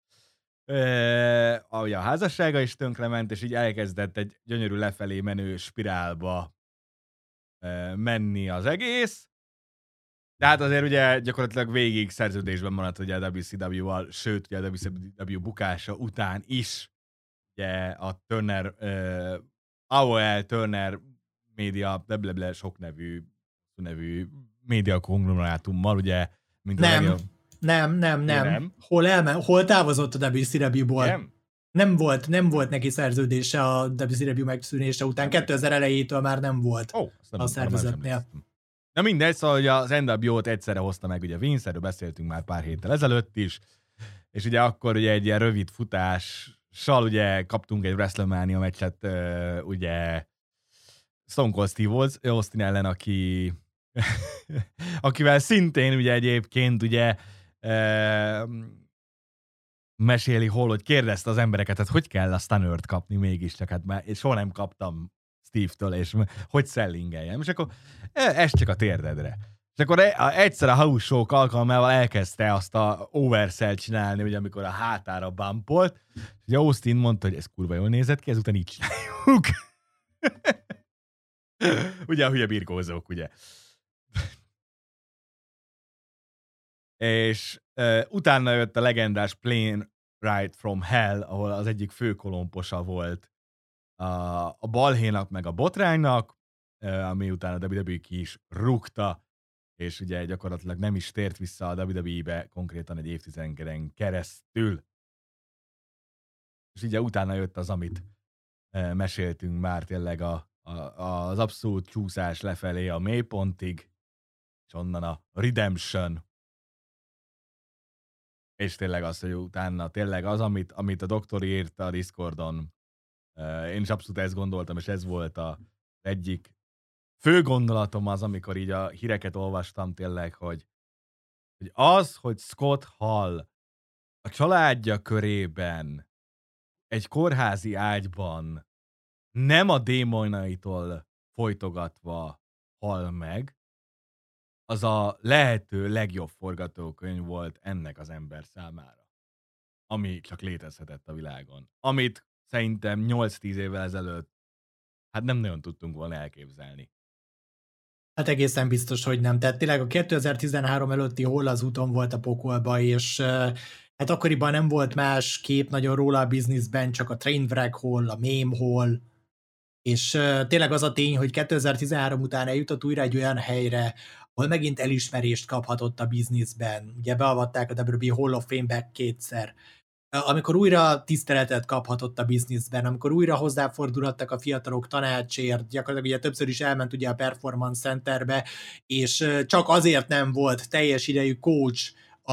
A házassága is tönkrement, és így elkezdett egy gyönyörű lefelé menő spirálba menni az egész. De hát azért ugye gyakorlatilag végig szerződésben maradt ugye a WCW-val, sőt ugye a WCW bukása után is ugye a Turner, AOL, Turner Media, blablabla, sok nevű média konglomerátummal, ugye, mint Nem. Hol távozott a WCW-ból? Nem volt neki szerződése a WCW megszűnése után. 2000 elejétől már nem volt a szervezetnél. Na mindegy, szóval hogy az NWO-t egyszerre hozta meg, ugye Vince, erről beszéltünk már pár héttel ezelőtt is, és ugye akkor ugye egy ilyen rövid futással ugye kaptunk egy WrestleMania meccset, ugye Stone Cold Steve Austin ellen, akivel szintén ugye egyébként ugye meséli hol, hogy kérdezte az embereket, hát hogy kell a Stunnert kapni mégiscsak, hát már soha nem kaptam Steve-től, és hogy szellingeljem. És akkor ez csak a térdedre. És akkor egyszer a house show alkalmával elkezdte azt a oversell csinálni, ugye amikor a hátára bumpolt, és ugye Austin mondta, hogy ez kurva jól nézett ki, ezután így csináljuk. Ugye a hülye birkózók, ugye. És utána jött a legendás Plane Ride from Hell, ahol az egyik fő kolomposa volt a balhénak meg a botránynak, ami utána a WWE ki is rúgta, és ugye gyakorlatilag nem is tért vissza a WWE-be konkrétan egy évtizeden keresztül. És ugye utána jött az, amit meséltünk már tényleg az abszolút csúszás lefelé a mélypontig, és onnan a Redemption. És tényleg az, hogy utána tényleg az, amit a doktor írt a Discordon, én is abszolút ezt gondoltam, és ez volt az egyik fő gondolatom az, amikor így a híreket olvastam tényleg, hogy az, hogy Scott Hall a családja körében egy kórházi ágyban nem a démonaitól folytogatva hal meg, az a lehető legjobb forgatókönyv volt ennek az ember számára, ami csak létezhetett a világon. Amit szerintem 8-10 évvel ezelőtt hát nem nagyon tudtunk volna elképzelni. Hát egészen biztos, hogy nem. Tehát tényleg a 2013 előtti Hall az úton volt a pokolba, és hát akkoriban nem volt más kép nagyon róla a bizniszben, csak a Trainwreck Hall, a Meme Hall, és tényleg az a tény, hogy 2013 után eljutott újra egy olyan helyre, ahol megint elismerést kaphatott a bizniszben. Ugye beavatták a WWE Hall of Fame-be 2-szer. Amikor újra tiszteletet kaphatott a bizniszben, amikor újra hozzáfordulhattak a fiatalok tanácsért, gyakorlatilag ugye többször is elment ugye a Performance Centerbe, és csak azért nem volt teljes idejű coach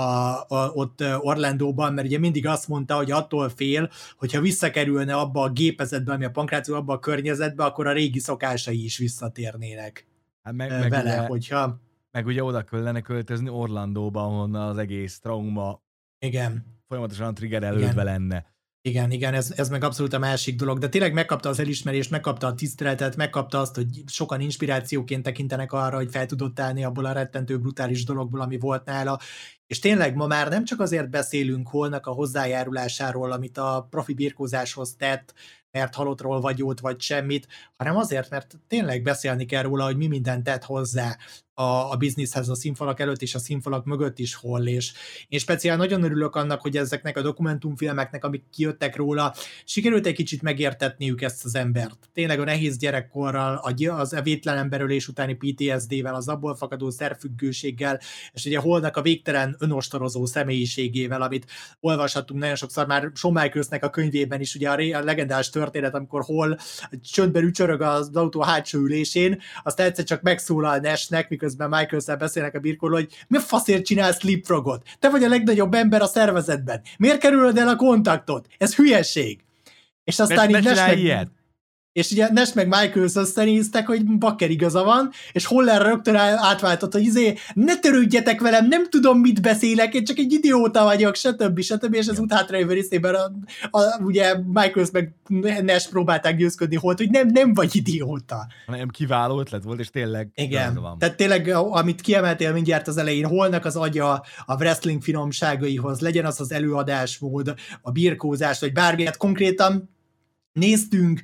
ott Orlandóban, mert ugye mindig azt mondta, hogy attól fél, hogyha visszakerülne abba a gépezetbe, ami a pankráció, abba a környezetbe, akkor a régi szokásai is visszatérnének Hát vele, ugye, hogyha... Meg ugye oda kellene költözni Orlandóba, ahonnan az egész trauma folyamatosan triggerelődve lenne. Igen, ez meg abszolút a másik dolog, de tényleg megkapta az elismerést, megkapta a tiszteletet, megkapta azt, hogy sokan inspirációként tekintenek arra, hogy fel tudott állni abból a rettentő brutális dologból, ami volt nála, és tényleg ma már nem csak azért beszélünk Hallnak a hozzájárulásáról, amit a profi birkózáshoz tett, mert halottról vagy jót, vagy semmit, hanem azért, mert tényleg beszélni kell róla, hogy mi mindent tett hozzá a bizniszhez a színfalak előtt és a színfalak mögött is Hall, és én speciál nagyon örülök annak, hogy ezeknek a dokumentumfilmeknek, amik kijöttek róla, sikerült egy kicsit megértetniük ezt az embert. Tényleg a nehéz gyerekkorral, az vétlen emberölés utáni PTSD-vel, az abból fakadó szerfüggőséggel, és ugye Hallnak a végtelen önostorozó személyiségével, amit olvashattunk nagyon sokszor már Shawn Michaelsnek a könyvében is, ugye a legendás történet, amikor Hall csöndben ücsörög az autó hátsó ülésén, azt egyszer csak megszólal Nashnek, miközben Michaels-szel beszélnek a birkóról, hogy mi a faszért csinálsz leapfrogot? Te vagy a legnagyobb ember a szervezetben. Miért kerülöd el a kontaktot? Ez hülyeség. És aztán így Nash és ugye Nash meg Michaels összenéztek, hogy bakker igaza van, és Hall rögtön átváltott, hogy ne törődjetek velem, nem tudom, mit beszélek, én csak egy idióta vagyok, stb. És az út hátralévő részében ugye Michaels meg Nash próbálták győzködni Hallt, hogy nem vagy idióta. Nem, kiváló ötlet volt, és tényleg igen, tehát tényleg, amit kiemeltél mindjárt az elején, Hallnak az agya a wrestling finomságaihoz, legyen az adásmód, a birkózás, vagy bármi, hát konkrétan néztünk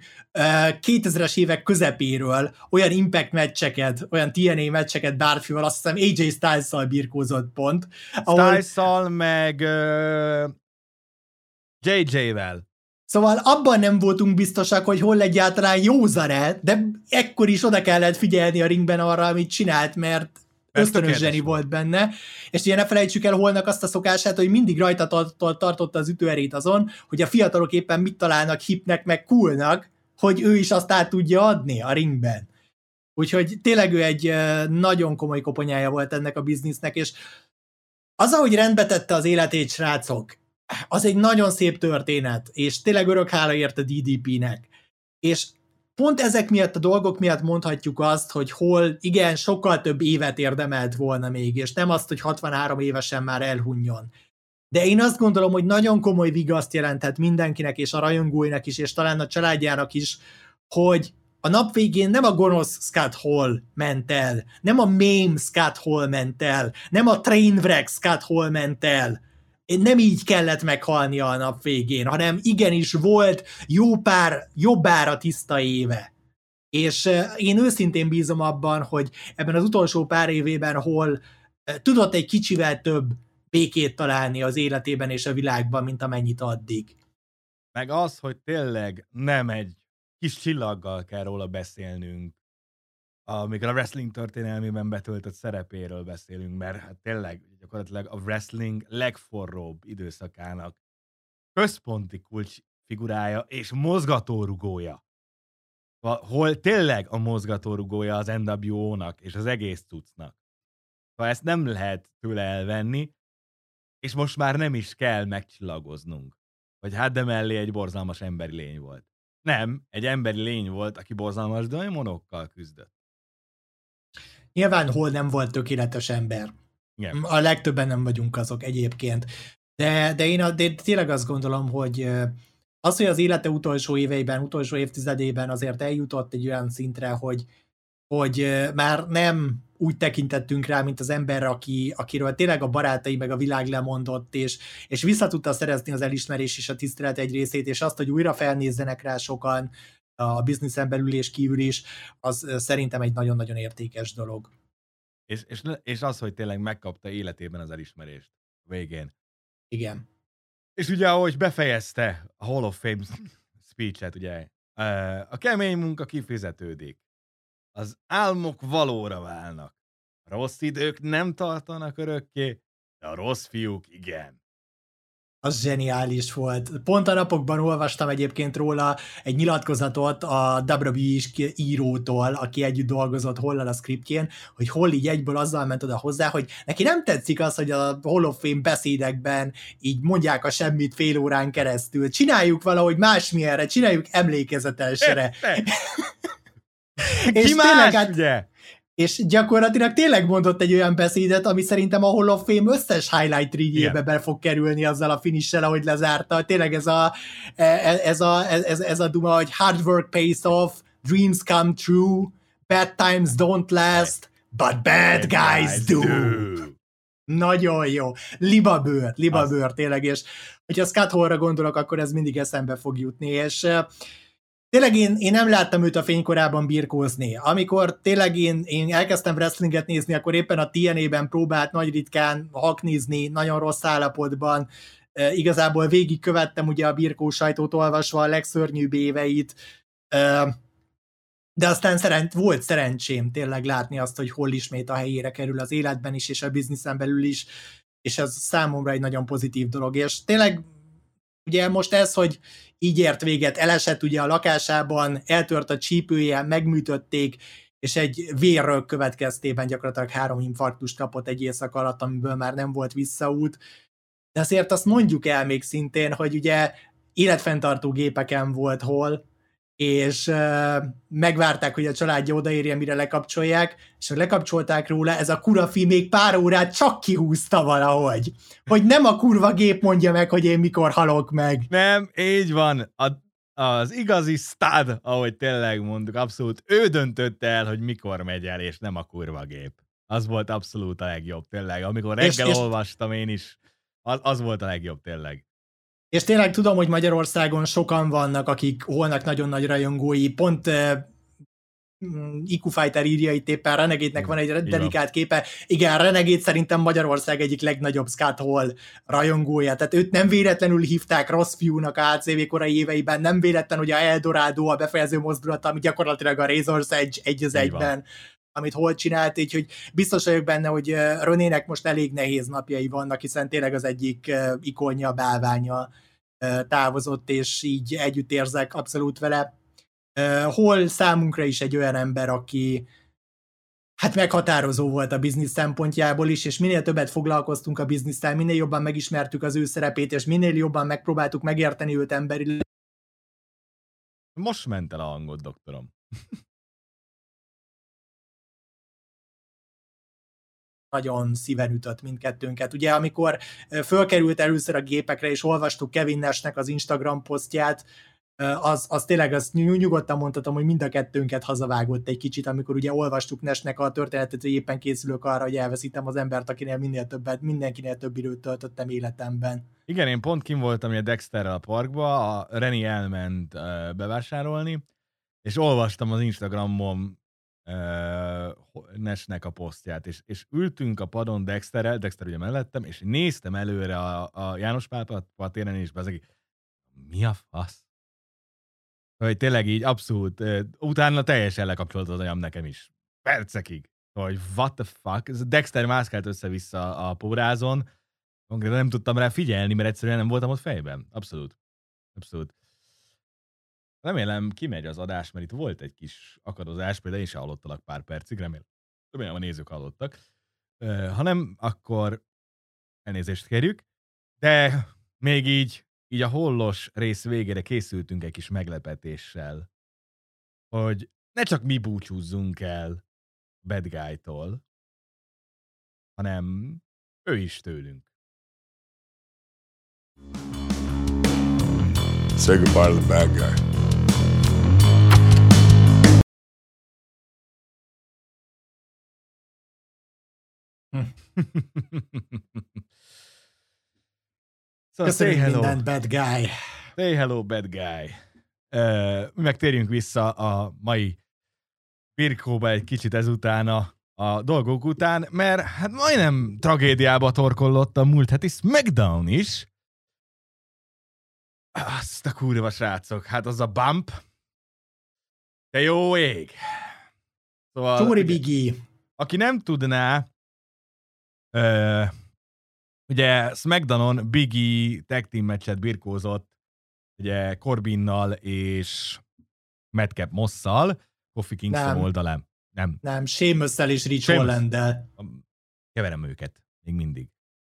2000-es évek közepéről olyan Impact meccseket, olyan TNA meccseket bárfival, azt hiszem AJ Styles-szal birkózott pont. Styles-szal meg JJ-vel. Szóval abban nem voltunk biztosak, hogy Hall egyáltalán józan-e, de ekkor is oda kellett figyelni a ringben arra, amit csinált, mert ösztönös zseni volt benne, és ugye ne felejtsük el Hallnak azt a szokását, hogy mindig rajta tartotta az ütőerét azon, hogy a fiatalok éppen mit találnak hipnek, meg coolnak, hogy ő is azt át tudja adni a ringben. Úgyhogy tényleg ő egy nagyon komoly koponyája volt ennek a biznisznek, és az, ahogy rendbe tette az életét, srácok, az egy nagyon szép történet, és tényleg örök hála ért a DDP-nek. És pont ezek miatt a dolgok miatt mondhatjuk azt, hogy hol igen, sokkal több évet érdemelt volna még, és nem azt, hogy 63 évesen már elhunjon. De én azt gondolom, hogy nagyon komoly vigaszt jelenthet mindenkinek, és a rajongóinak is, és talán a családjának is, hogy a nap végén nem a gonosz Scott Hall ment el, nem a meme Scott Hall ment el, nem a trainwreck Scott Hall ment el. Nem így kellett meghalnia a nap végén, hanem igenis volt jó pár jobbára tiszta éve. És én őszintén bízom abban, hogy ebben az utolsó pár évében Hall tudott egy kicsivel több békét találni az életében és a világban, mint amennyit addig. Meg az, hogy tényleg nem egy kis csillaggal kell róla beszélnünk, amikor a wrestling történelmében betöltött szerepéről beszélünk, mert hát tényleg gyakorlatilag a wrestling legforróbb időszakának központi kulcsfigurája és mozgatórugója. Hol tényleg a mozgatórugója az NWO-nak és az egész cuccnak. Szóval ezt nem lehet tőle elvenni, és most már nem is kell megcsillagoznunk, hogy hát de mellé egy borzalmas emberi lény volt. Nem, egy emberi lény volt, aki borzalmas démonokkal küzdött. Nyilván Hall nem volt tökéletes ember. Igen. A legtöbben nem vagyunk azok egyébként. De én tényleg azt gondolom, hogy az, hogy az élete utolsó éveiben, utolsó évtizedében azért eljutott egy olyan szintre, hogy már nem úgy tekintettünk rá, mint az ember, akiről tényleg a barátai meg a világ lemondott, és vissza tudta szerezni az elismerés és a tisztelet egy részét, és azt, hogy újra felnézzenek rá sokan a bizniszen belül és kívül is, az szerintem egy nagyon-nagyon értékes dolog. És az, hogy tényleg megkapta életében az elismerést végén. Igen. És ugye, ahogy befejezte a Hall of Fame speech-et, ugye, a kemény munka kifizetődik. Az álmok valóra válnak. A rossz idők nem tartanak örökké, de a rossz fiúk igen. Az zseniális volt. Pont a napokban olvastam egyébként róla egy nyilatkozatot a WWE írótól, aki együtt dolgozott Hall-al a scriptjén, hogy Hall így egyből azzal ment oda hozzá, hogy neki nem tetszik az, hogy a Hall of Fame beszédekben így mondják a semmit fél órán keresztül. Csináljuk valahogy másmilyenre, csináljuk emlékezetesre. Ki más, ugye? És gyakorlatilag tényleg mondott egy olyan beszédet, ami szerintem a Hall of Fame összes highlight reel-jébe be fog kerülni azzal a finish-sel, ahogy lezárta. Tényleg ez a duma, hogy hard work pays off, dreams come true, bad times don't last, but bad guys do. Nagyon jó. Libabőr tényleg, és hogyha Scott Hallra gondolok, akkor ez mindig eszembe fog jutni, és tényleg én nem láttam őt a fénykorában birkózni. Amikor tényleg én elkezdtem wrestlinget nézni, akkor éppen a TNA-ben próbált nagy ritkán haknizni, nagyon rossz állapotban. Igazából végigkövettem ugye a birkó sajtót olvasva a legszörnyűbb éveit. De aztán volt szerencsém tényleg látni azt, hogy Hall ismét a helyére kerül az életben is, és a bizniszen belül is, és ez számomra egy nagyon pozitív dolog. És tényleg ugye most ez, hogy így ért véget, elesett ugye a lakásában, eltört a csípője, megműtötték, és egy vérrög következtében gyakorlatilag 3 infarktust kapott egy éjszaka alatt, amiből már nem volt visszaút. De azért azt mondjuk el még szintén, hogy ugye életfenntartó gépeken volt Hall, és megvárták, hogy a családja odaérjen, mire lekapcsolják, és hogy lekapcsolták róla, ez a kurafi még pár órát csak kihúzta valahogy. Hogy nem a kurva gép mondja meg, hogy én mikor halok meg. Nem, így van. Az igazi stud, ahogy tényleg mondjuk, abszolút ő döntötte el, hogy mikor megy el, és nem a kurva gép. Az volt abszolút a legjobb, tényleg. Amikor reggel olvastam én is, az volt a legjobb, tényleg. És tényleg tudom, hogy Magyarországon sokan vannak, akik Hallnak nagyon nagy rajongói, pont IQ Fighter írja itt éppen, Renegade-nek van egy dedikált képe. Igen, Renegade szerintem Magyarország egyik legnagyobb Scott Hall rajongója, tehát őt nem véletlenül hívták rossz fiúnak a HCV korai éveiben, nem véletlen, hogy a Eldorado a befejező mozdulata, ami gyakorlatilag a Razor's Edge egy az egyben, amit Hall csinált, így hogy biztos vagyok benne, hogy Renének most elég nehéz napjai vannak, hiszen tényleg az egyik ikonja, bálványa távozott, és így együtt érzek abszolút vele. Hall számunkra is egy olyan ember, aki Hát meghatározó volt a biznisz szempontjából is, és minél többet foglalkoztunk a biznisztel, minél jobban megismertük az ő szerepét, és minél jobban megpróbáltuk megérteni őt emberileg. Most ment el a hangod, doktorom. Nagyon szíven ütött mindkettőnket. Ugye, amikor fölkerült először a gépekre, és olvastuk Kevin Nashnek az Instagram posztját, az tényleg azt nyugodtan mondhatom, hogy mind a kettőnket hazavágott egy kicsit, amikor ugye olvastuk Nashnek a történetet, hogy éppen készülök arra, hogy elveszítem az embert, akinél mindenkinél több időt töltöttem életemben. Igen, én pont kim voltam a Dexterrel a parkba, a Reni elment bevásárolni, és olvastam az Instagramon Nashnek a posztját, és ültünk a padon Dexterrel, Dexter ugye mellettem, és néztem előre a János Pál patéren, és mi a fasz? Hogy tényleg így abszolút, utána teljesen lekapcsolt az agyam nekem is. Percekig. Hogy what the fuck? Dexter mászkált össze-vissza a pórázon, konkrétan nem tudtam rá figyelni, mert egyszerűen nem voltam ott fejben. Abszolút. Abszolút. Remélem kimegy az adás, mert itt volt egy kis akadozás, például én sem hallottalak pár percig, remélem a nézők hallottak. Ha nem, akkor elnézést kérjük. De még így a hollos rész végére készültünk egy kis meglepetéssel, hogy ne csak mi búcsúzzunk el Bad Guy-tól, hanem ő is tőlünk. Say goodbye to the bad guy. Szóval say hello. Mindent, bad guy. Say hello, bad guy. Meg térjünk vissza a mai birkóba egy kicsit ezután a dolgok után, mert hát majdnem tragédiába torkollott a múlt heti SmackDown is. Azt a kurva srácok, hát az a bump. De jó ég. Szóval, Sorry, Biggie. Aki nem tudná, ugye SmackDownon Biggie tag team meccset birkózott ugye Corbinnal és Madcap Mosszal, Kofi Kingston oldalán. Nem, Sheamus-szel és Rich Holland-del. Keverem őket, még mindig.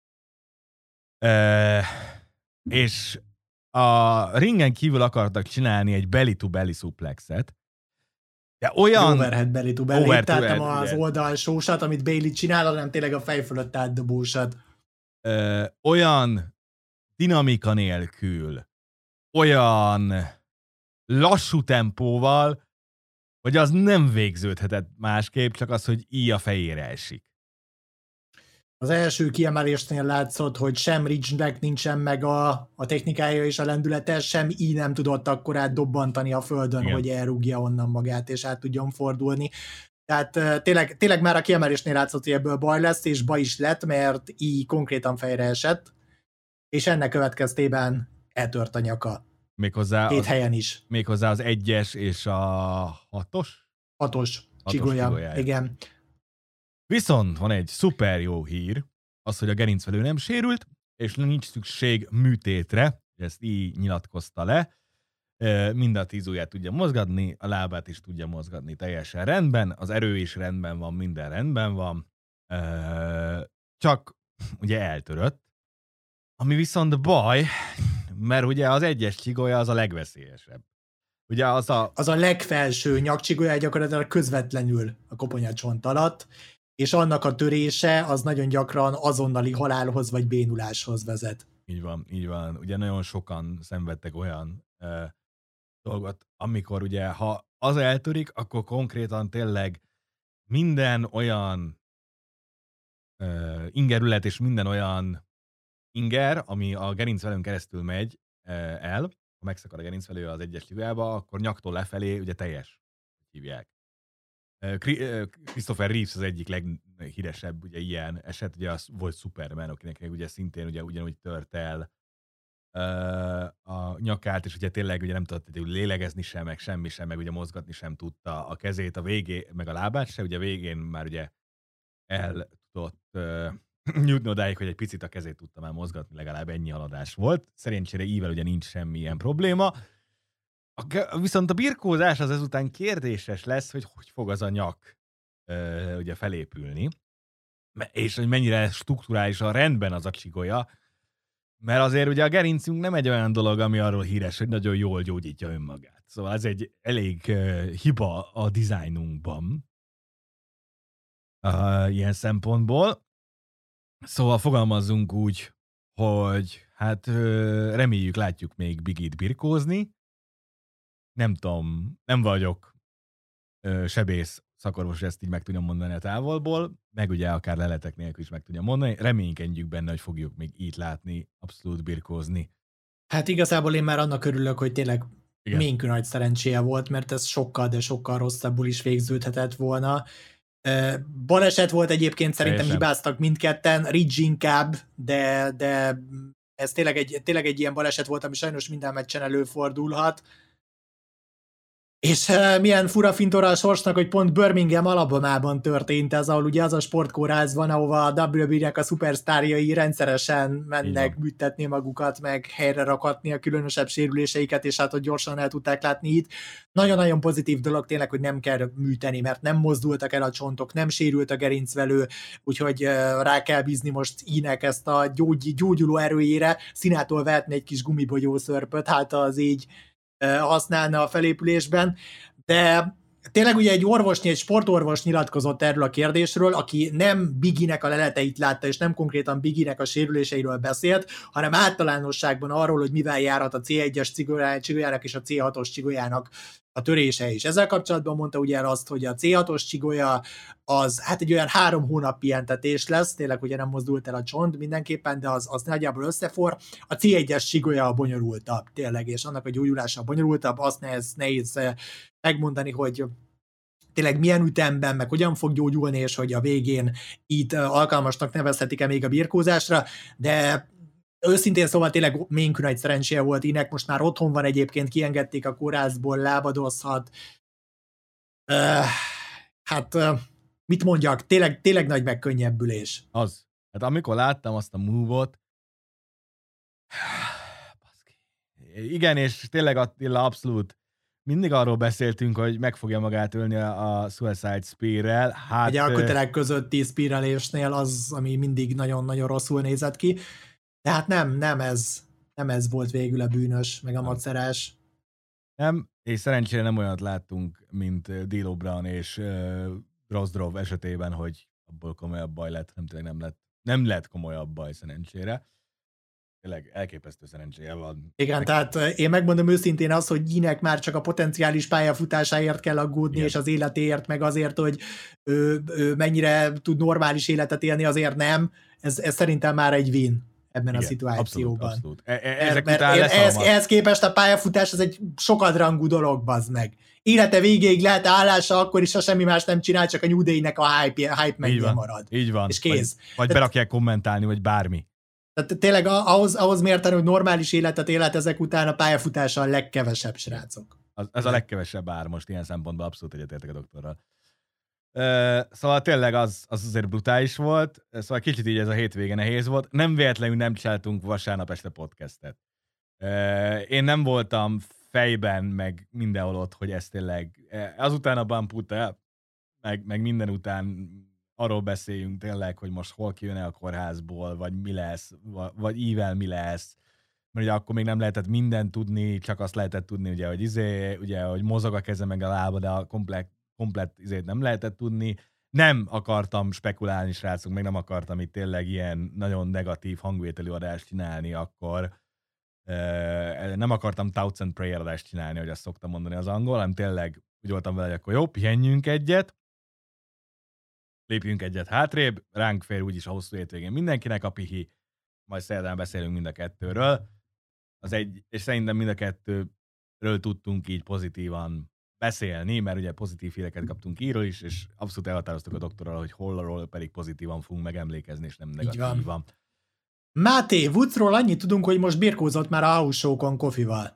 És a ringen kívül akartak csinálni egy belly-to-belly suplexet. De olyan... Overhead belly-to-belly, tehát nem az oldalsósat, amit Bailey csinál, hanem tényleg a fej fölött átdobósat. Olyan dinamika nélkül, olyan lassú tempóval, hogy az nem végződhetett másképp, csak az, hogy így a fejére esik. Az első kiemelésnél látszott, hogy sem Ridge-nek nincsen meg a technikája és a lendülete, sem így nem tudott akkorát dobbantani a földön, igen, hogy elrúgja onnan magát, és át tudjon fordulni. Tehát tényleg már a kiemelésnél látszott, hogy ebből baj lesz, és baj is lett, mert így konkrétan fejre esett, és ennek következtében eltört a nyaka. Méghozzá két helyen is. Méghozzá az 1-es és a 6-os? 6-os csigolya, igen. Viszont van egy szuper jó hír, az, hogy a gerincvelő nem sérült, és nincs szükség műtétre, ezt így nyilatkozta le. Mind a 10 ujját tudja mozgatni, a lábát is tudja mozgatni teljesen rendben, az erő is rendben van, minden rendben van, csak ugye eltörött, ami viszont baj, mert ugye az 1-es csigolya az a legveszélyesebb. Ugye az a legfelső nyakcsigolya gyakorlatilag közvetlenül a koponyacsont alatt, és annak a törése az nagyon gyakran azonnali halálhoz vagy bénuláshoz vezet. Így van, így van. Ugye nagyon sokan szenvedtek olyan dolgot, amikor ugye, ha az eltörik, akkor konkrétan tényleg minden olyan ingerület és minden olyan inger, ami a gerincvelőn keresztül megy el, ha megszakad a gerincvelő az 1-es csigolyába, akkor nyaktól lefelé ugye teljes hívják. Christopher Reeves az egyik leghíresebb ugye ilyen eset, ugye az volt Superman, akinek ugye szintén ugye ugyanúgy tört el a nyakát, és ugye tényleg ugye nem tudott lélegezni sem, meg semmi sem, meg ugye mozgatni sem tudta a kezét, a végén, meg a lábát se, ugye a végén már ugye el tudott jutni odáig, hogy egy picit a kezét tudta már mozgatni, legalább ennyi haladás volt. Szerencsére ível ugye nincs semmi ilyen probléma. Viszont a birkózás az ezután kérdéses lesz, hogy fog az a nyak ugye felépülni, és hogy mennyire strukturálisan rendben az a csigolya, mert azért ugye a gerincünk nem egy olyan dolog, ami arról híres, hogy nagyon jól gyógyítja önmagát. Szóval ez egy elég hiba a dizájnunkban ilyen szempontból. Szóval fogalmazzunk úgy, hogy hát reméljük, látjuk még Bigit birkózni. Nem tudom, nem vagyok sebész szakorvos, ezt így meg tudjam mondani a távolból, meg ugye akár leletek nélkül is meg tudjam mondani. Reménykedjük benne, hogy fogjuk még itt látni, abszolút birkózni. Hát igazából én már annak örülök, hogy tényleg Minkő nagy szerencséje volt, mert ez sokkal, de sokkal rosszabbul is végződhetett volna. Baleset volt egyébként, szerintem hibáztak mindketten, Ridge inkább, de ez tényleg egy ilyen baleset volt, ami sajnos minden meccsen előfordulhat. És milyen fura fintora a sorsnak, hogy pont Birmingham Alabamában történt ez, ahol ugye az a sportkórház van, ahova a WWE-nek a szupersztárjai rendszeresen mennek büntetni magukat, meg helyre rakatni a különösebb sérüléseiket, és hát ott gyorsan el tudták látni itt. Nagyon-nagyon pozitív dolog tényleg, hogy nem kell műteni, mert nem mozdultak el a csontok, nem sérült a gerincvelő, úgyhogy rá kell bízni most Inek ezt a gyógyuló erőjére, színától vehetni egy kis gumibogyószörpöt, hát az így használna a felépülésben, de tényleg ugye egy sportorvos nyilatkozott erről a kérdésről, aki nem Biginek a leleteit látta, és nem konkrétan Biginek a sérüléseiről beszélt, hanem általánosságban arról, hogy mivel járhat a C1-es csigolyának és a C6-os csigolyának a törése is. Ezzel kapcsolatban mondta ugye el azt, hogy a C6-os csigolya az hát egy olyan 3 hónap pihentetés lesz, tényleg ugye nem mozdult el a csont mindenképpen, de az nagyjából összefor. A C1-es csigolya a bonyolultabb tényleg, és annak a gyógyulása a bonyolultabb, azt nehéz megmondani, hogy tényleg milyen ütemben, meg hogyan fog gyógyulni, és hogy a végén itt alkalmasnak nevezhetik-e még a birkózásra, de őszintén szóval tényleg Minkő nagy szerencséje volt Inek, most már otthon van egyébként, kiengedték a kórházból, lábadozhat. Mit mondjak, tényleg nagy megkönnyebbülés. Az. Hát amikor láttam azt a move-ot, igen, és tényleg Attila abszolút mindig arról beszéltünk, hogy meg fogja magát ölni a Suicide Spear-rel. Hát, ugye a kötelek közötti spirálésnél az, ami mindig nagyon-nagyon rosszul nézett ki. De hát nem ez volt végül a bűnös, meg a macerás. Nem, és szerencsére nem olyat láttunk, mint D'Lo Brown és Drozdrov esetében, hogy abból komolyabb baj lett, nem lett komolyabb baj szerencsére. Tényleg elképesztő szerencséje van. Igen, tehát én megmondom őszintén azt, hogy Inek már csak a potenciális pályafutásáért kell aggódni, igen, és az életéért, meg azért, hogy ő mennyire tud normális életet élni, azért nem. Ez szerintem már egy win ebben, igen, a szituációban. Abszolút. Ehhez képest a pályafutás az egy sokadrangú dolog, bazd meg. Élete végéig lehet állása, akkor is, ha semmi más nem csinál, csak a New Day-nek a hype megmarad. Így van. És kész. Vagy berakják kommentálni, vagy bármi. Tehát tényleg ahhoz mérten, hogy normális életet élet ezek után, a pályafutása a legkevesebb, srácok. Ez a legkevesebb ár most ilyen szempontból, abszolút egyetértek a doktorral. Szóval tényleg az azért brutális volt, szóval kicsit így ez a hétvége nehéz volt. Nem véletlenül nem csináltunk vasárnap este podcastet. Én nem voltam fejben, meg mindenhol ott, hogy ez tényleg, azután a bump után, meg minden után arról beszéljünk tényleg, hogy most hol kijön-e a kórházból, vagy mi lesz, vagy ível mi lesz. Mert ugye akkor még nem lehetett mindent tudni, csak azt lehetett tudni, ugye, hogy mozog a keze meg a lába, de a komplett izét nem lehetett tudni. Nem akartam spekulálni, srácok, meg nem akartam itt tényleg ilyen nagyon negatív hangvételű adást csinálni, akkor nem akartam Thoughts and Prayer adást csinálni, hogy azt szoktam mondani az angol, hanem tényleg úgy voltam vele, hogy akkor jó, pihenjünk egyet, lépjünk egyet hátrébb, ránk fér úgyis a hosszú hétvégén mindenkinek a pihi, majd szerdán beszélünk mind a kettőről. És szerintem mind a kettőről tudtunk így pozitívan beszélni, mert ugye pozitív híreket kaptunk íról is, és abszolút elhatároztuk a doktorral, hogy holról pedig pozitívan fogunk megemlékezni, és nem negatívan. Máté, Woodsról annyit tudunk, hogy most birkózott már a house show-kon Kofival.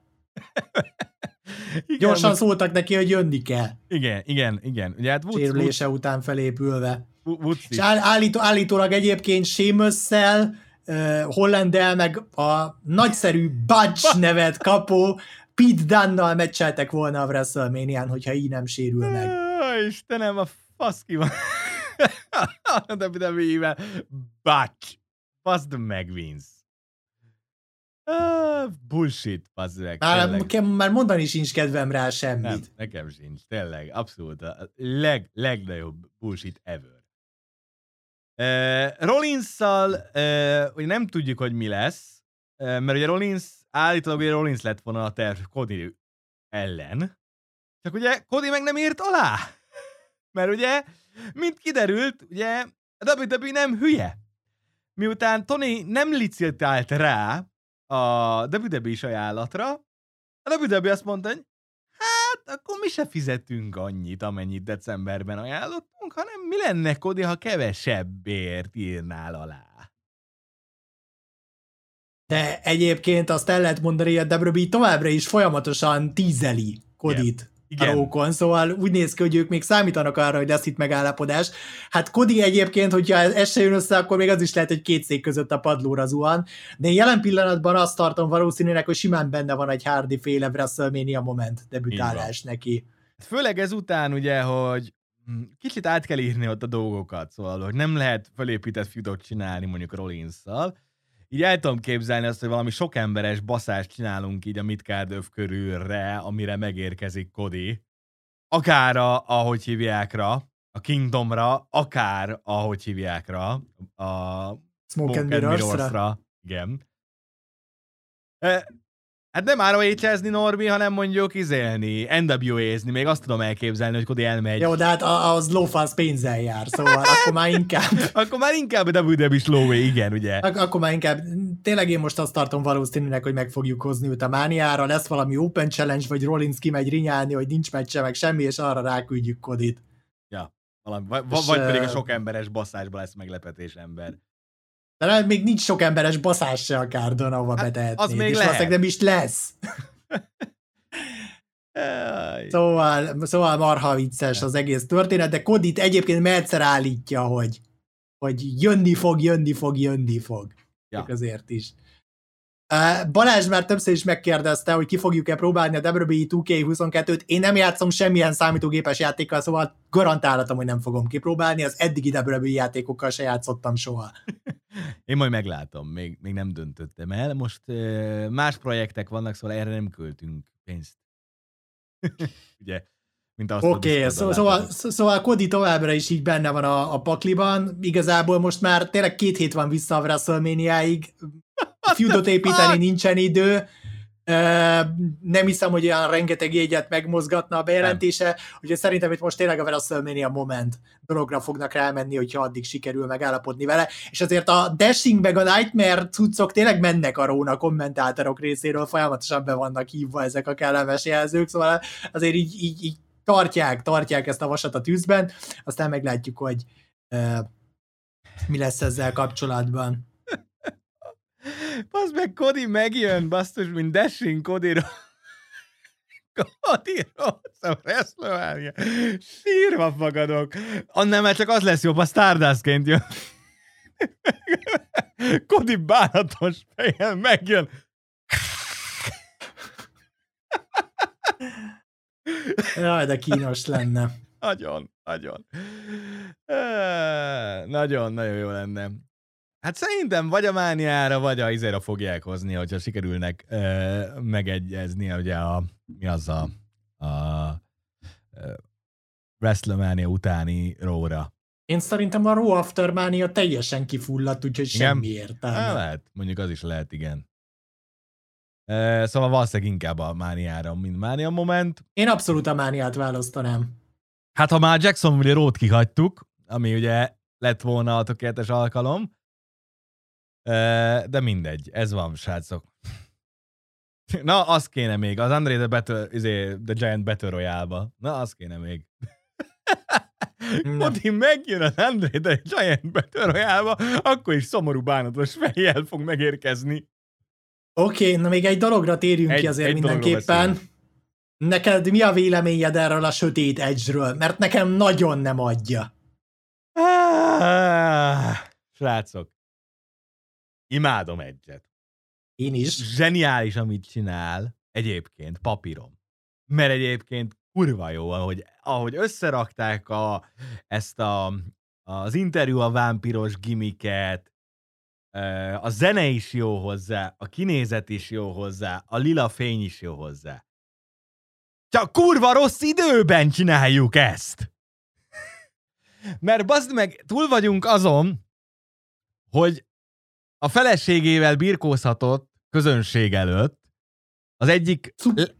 Gyorsan szóltak neki, hogy jönni kell. Igen. Ugye, hát sérülése után felépülve. És állítólag egyébként Sheamus-szel, Hollandel meg a nagyszerű Budge nevet kapó Pete Dunne-nal meccseltek volna a WrestleMania-n, hogyha így nem sérül meg. Istenem, a fasz ki van. A WWE-vel. Bács. Baszd meg, Vince. Bullshit, baszd meg. Már mondani sincs kedvem rá semmit. Nem, nekem sincs, tényleg. Abszolút a legnagyobb bullshit ever. Rollins-szal ugye nem tudjuk, hogy mi lesz, mert ugye állítólag ugye Rollins lett volna a terv Cody ellen, csak ugye Cody meg nem írt alá. Mert ugye, mint kiderült, ugye a WWE nem hülye. Miután Tony nem licitált rá a WWE-s ajánlatra, a WWE azt mondta, hogy hát akkor mi se fizetünk annyit, amennyit decemberben ajánlottunk, hanem mi lenne, Cody, ha kevesebbért írnál alá. De egyébként azt el lehet mondani, hogy a WWE továbbra is folyamatosan tízeli Codyt a Raw-kon, szóval úgy néz ki, hogy ők még számítanak arra, hogy lesz itt megállapodás. Hát Cody egyébként, hogyha ez se jön össze, akkor még az is lehet, hogy két szék között a padlóra zuhan. De én jelen pillanatban azt tartom valószínűleg, hogy simán benne van egy Hardy-féle WrestleMania moment debütálás neki. Főleg ezután ugye, hogy kicsit át kell írni ott a dolgokat, szóval, hogy nem lehet fölépített feudot csinálni mondjuk Rollins-szal. Így el tudom képzelni azt, hogy valami sok emberes baszást csinálunk így a Midcard öv körülre, amire megérkezik Cody. Akár ahogy hívják rá, a Kingdomra, akár ahogy hívják rá, a Smoke and Mirrors-ra. Igen. Hát nem ROH-ezni, Norbi, hanem mondjuk NWA-zni. Még azt tudom elképzelni, hogy Cody elmegy. Jó, de hát az lófasz pénzzel jár, szóval akkor már inkább... akkor már inkább a WWE slow igen, ugye? Akkor már inkább... Tényleg én most azt tartom valószínűleg, hogy meg fogjuk hozni őt a Mániára, lesz valami Open Challenge, vagy Rollins kimegy rinyálni, hogy nincs meccse, meg semmi, és arra ráküldjük Codyt. Ja, valami. Vagy pedig a sok emberes basszásba lesz meglepetés ember. De még nincs sok emberes baszás se a kárdon, ahova hát, betehetnéd. Az még és lehet. Nem is lesz. szóval marha vicces az egész történet, de Codyt egyébként Meltzer állítja, hogy jönni fog. Ja. Azért is. Balázs már többször is megkérdezte, hogy ki fogjuk-e próbálni a WWE 2K22-t. Én nem játszom semmilyen számítógépes játékkal, szóval garantálhatom, hogy nem fogom kipróbálni. Az eddigi WWE játékokkal se játszottam soha. Én majd meglátom, még nem döntöttem el. Most más projektek vannak, szóval erre nem költünk pénzt. Ugye? Oké, szóval Cody továbbra is így benne van a pakliban. Igazából most már tényleg 2 hét van vissza a WrestleMania-ig. Feudot építeni nincsen idő. Nem hiszem, hogy olyan rengeteg jegyet megmozgatna a bejelentése, úgyhogy szerintem itt most tényleg a WrestleMania moment dologra fognak rámenni, hogyha addig sikerül megállapodni vele, és azért a Dashing meg a Nightmare cuccok tényleg mennek a Raw-na kommentátorok részéről, folyamatosan be vannak hívva ezek a kellemes jelzők, szóval azért így tartják ezt a vasat a tűzben, aztán meglátjuk, hogy mi lesz ezzel kapcsolatban. Basz meg, Cody megjön, basztus, mint Dashing Cody-ra. Cody-ra, WrestleMania. Sírva fogadok. Annál már csak az lesz jobb, a Stardust-ként jön. Cody bánatos fejjel megjön. Jaj, de kínos lenne. Nagyon. Nagyon jó lenne. Hát szerintem vagy a Mániára, vagy a Izera fogják hozni, hogyha sikerülnek megegyezni, ugye mi az a WrestleMania utáni Raw-ra. Én szerintem a Raw After Mania teljesen kifulladt, úgyhogy semmi értelme. Lehet, mondjuk az is lehet, igen. Szóval valószínűleg inkább a Mániára, mint Mánia moment. Én abszolút a Mániát választanám. Hát ha már Jacksonville Raw-t kihagytuk, ami ugye lett volna a tökéletes alkalom, de mindegy, ez van, srácok. Na, az kéne még, az André the Giant Battle Royale-ba. Na, az kéne még. Cody megjön az André the Giant Battle Royale-ba, akkor is szomorú bánatos fejjel fog megérkezni. Oké, na még egy dologra térjünk ki azért mindenképpen. Neked mi a véleményed erről a sötét Edge-ről? Mert nekem nagyon nem adja. Srácok, imádom Edge-et. Én is. Zseniális, amit csinál egyébként papíron. Mert egyébként kurva jó, ahogy összerakták az interjú a vámpiros gimiket, a zene is jó hozzá, a kinézet is jó hozzá, a lila fény is jó hozzá. Csak kurva rossz időben csináljuk ezt! Mert bazd meg, túl vagyunk azon, hogy a feleségével birkózhatott közönség előtt az egyik...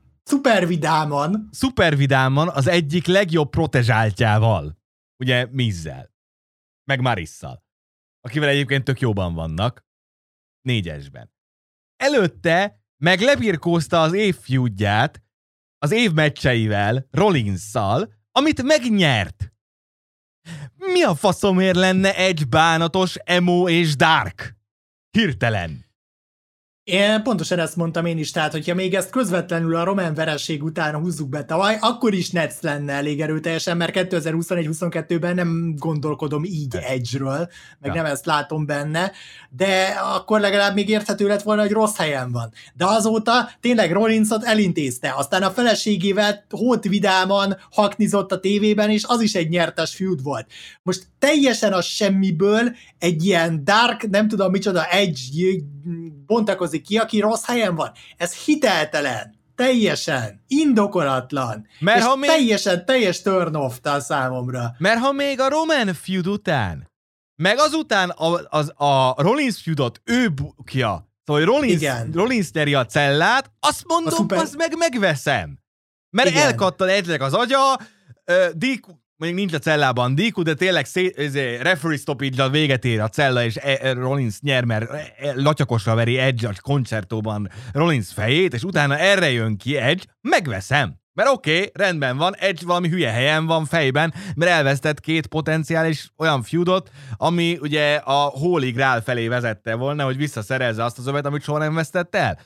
Szupervidáman az egyik legjobb protezsáltjával. Ugye Mizzel. Meg Marisszal. Akivel egyébként tök jóban vannak. 4-esben. Előtte meg lebirkózta az év feudját az év meccseivel, Rollinsszal, amit megnyert. Mi a faszomért lenne Edge bánatos, emo és dark? Hirtelen. Én pontosan ezt mondtam én is, tehát hogyha még ezt közvetlenül a Roman vereség után húzzuk be tavaly, akkor is Nets lenne elég erőteljesen, mert 2021-22-ben nem gondolkodom így Edge-ről, meg nem ezt látom benne, de akkor legalább még érthető lett volna, hogy rossz helyen van. De azóta tényleg Rollinsot elintézte, aztán a feleségével hót vidáman haknizott a tévében, és az is egy nyertes feud volt. Most teljesen a semmiből egy ilyen dark, nem tudom micsoda, Edge bontakozik ki, aki rossz helyen van. Ez hiteltelen, teljesen, indokolatlan, mert és teljes turn-off a számomra. Mert ha még a Roman feud után, meg azután a Rollins feudot ő bukja, szóval Rollins nyeri a cellát, azt mondom, az megveszem. Mert elkattal egyleg az agya, mondjuk nincs a cellában Diku, de tényleg referee stoppage-a véget ér a cella, és Rollins nyer, mert latyakosra veri Edge a koncertóban Rollins fejét, és utána erre jön ki Edge, megveszem. Mert oké, rendben van, Edge valami hülye helyen van fejben, mert elvesztett 2 potenciális olyan feudot, ami ugye a Holy Grail felé vezette volna, hogy visszaszerezze azt az övet, amit soha nem vesztett el.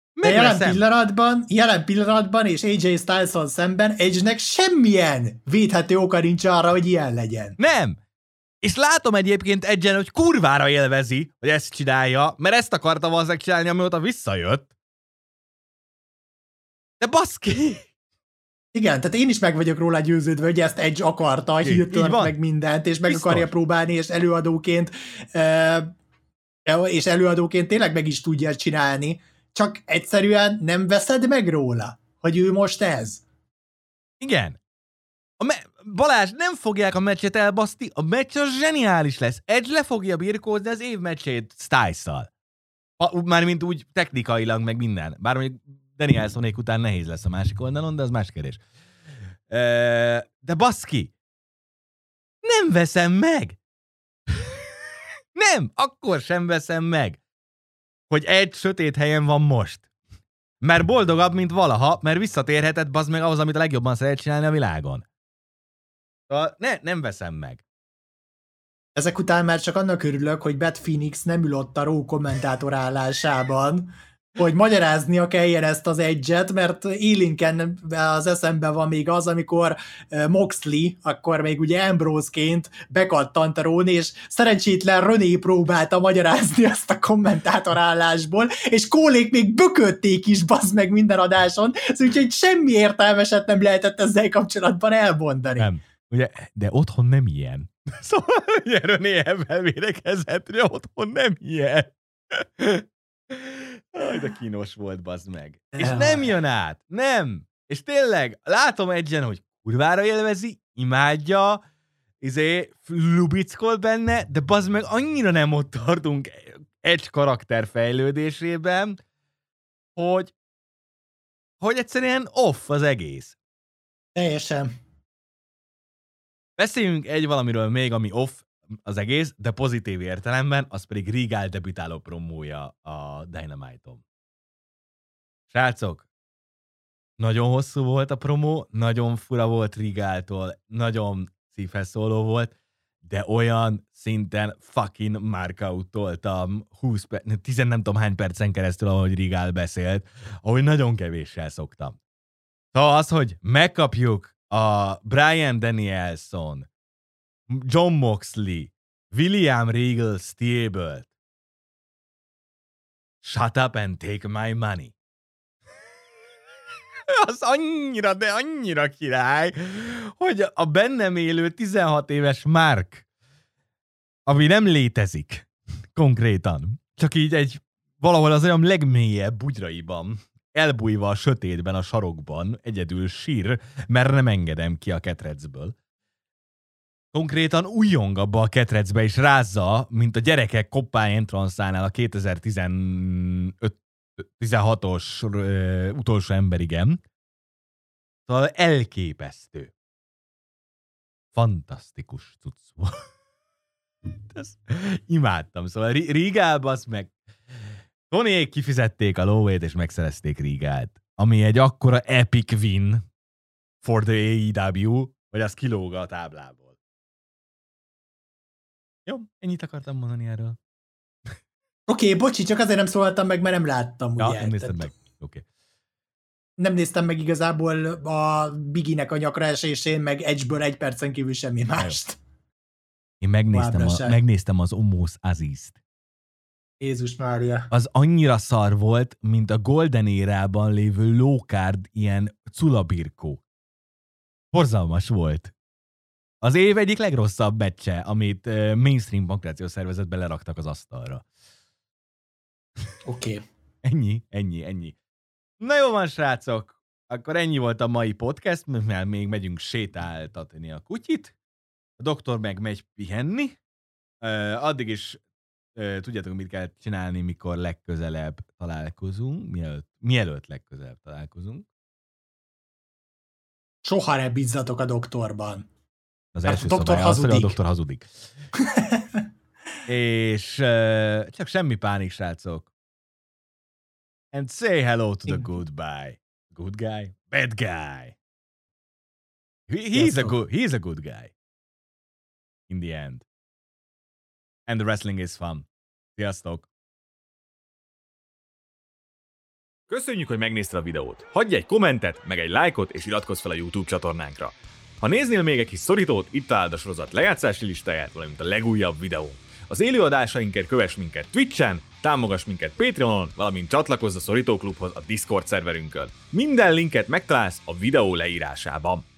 Jelen pillanatban és AJ Styles-on szemben Edge-nek semmilyen védhető oka nincs arra, hogy ilyen legyen. Nem! És látom egyébként Edge-en, hogy kurvára élvezi, hogy ezt csinálja, mert ezt akarta valószínűleg csinálni, amióta visszajött. De baszki! Igen, tehát én is meg vagyok róla győződve, hogy ezt Edge akarta, hirtelen meg mindent, és meg akarja próbálni, és előadóként tényleg meg is tudja csinálni. Csak egyszerűen nem veszed meg róla, hogy ő most ez. Igen. Balázs, nem fogják a meccset elbaszti, a meccs az zseniális lesz. Edge le fogja birkózni az év meccsét Styles-szal. Mármint úgy technikailag, meg minden. Bár mondjuk Danielsonék után nehéz lesz a másik oldalon, de az más kérdés. De baszki, nem veszem meg. Nem, akkor sem veszem meg, hogy egy sötét helyen van most. Mert boldogabb, mint valaha, mert visszatérhetett bazd meg ahhoz, amit a legjobban szeret csinálni a világon. Nem veszem meg. Ezek után már csak annak örülök, hogy Beth Phoenix nem ül ott a Raw kommentátor állásában, hogy magyaráznia kelljen ezt az Edge-et, mert élénken az eszemben van még az, amikor Moxley, akkor még ugye Ambrose-ként bekattant a Rawn, és szerencsétlen René próbálta magyarázni azt a kommentátor állásból, és Kólék még bökötték is, bazd meg minden adáson, úgyhogy semmi értelmeset nem lehetett ezzel kapcsolatban elmondani. Nem. Ugye, de otthon nem ilyen. Szóval ugye René ebben védekezett, hogy otthon nem ilyen. Aj, de kínos volt, bazd meg. És nem jön át. Nem. És tényleg, látom Edge-en, hogy kurvára élvezi, imádja, lubickol benne, de bazd meg annyira nem ott tartunk Edge karakter fejlődésében, hogy egyszerűen off az egész. Teljesen. Beszéljünk egy valamiről még, ami off az egész, de pozitív értelemben, az pedig Regal debütáló promója a Dynamite-on. Srácok, nagyon hosszú volt a promó, nagyon fura volt Regaltól, nagyon szívhez szóló volt, de olyan szinten fucking markout toltam 10 nem tudom hány percen keresztül, ahogy Regal beszélt, ahogy nagyon kevéssel szoktam. Szóval az, hogy megkapjuk a Bryan Danielson, Jon Moxley, William Regal stable. Shut up and take my money. Az annyira, de annyira király, hogy a bennem élő 16 éves Mark, ami nem létezik konkrétan, csak így valahol az olyan legmélyebb bugyraiban, elbújva a sötétben, a sarokban, egyedül sír, mert nem engedem ki a ketrecből. Konkrétan újjong abba a ketrecbe, és rázza, mint a gyerekek Coppány Entrance-ánál a 2016-os utolsó emberigem. Szóval elképesztő. Fantasztikus cucc volt. Imádtam. Szóval Rigálba azt meg Tonyék kifizették a lóvét, és megszerezték Rigát. Ami egy akkora epic win for the AEW, hogy az kilóg a táblából. Jó, ennyit akartam mondani erről. Oké, bocsi, csak azért nem szólaltam meg, mert nem láttam. Ja, ugye? nem nézted meg. Oké. Nem néztem meg igazából a Biginek a nyakra esésén, meg Edge-ből 1 percen kívül semmi mást. Én megnéztem az Omos Azizt. Jézus Mária. Az annyira szar volt, mint a Golden érában lévő low-card ilyen culabirkó. Borzalmas volt. Az év egyik legrosszabb meccse, amit mainstream pankrációs szervezetben leraktak az asztalra. Oké. Ennyi. Na jó van, srácok. Akkor ennyi volt a mai podcast, mert még megyünk sétáltatni a kutyit. A doktor meg megy pihenni. Addig is tudjátok, mit kell csinálni, mikor legközelebb találkozunk, mielőtt legközelebb találkozunk. Soha ne bízzatok a doktorban. Az első szabály az, hogy a doktor hazudik. És csak semmi pánik, srácok. And say hello to the good guy. Good guy? Bad guy. He's a good guy. In the end. And the wrestling is fun. Sziasztok! Köszönjük, hogy megnézted a videót. Hagyj egy kommentet, meg egy lájkot, és iratkozz fel a YouTube csatornánkra. Ha néznél még egy kis szorítót, itt találd a sorozat lejátszási listáját, valamint a legújabb videónk. Az élőadásainkért kövess minket Twitchen, támogass minket Patreonon, valamint csatlakozz a Szorítóklubhoz a Discord szerverünkön. Minden linket megtalálsz a videó leírásában.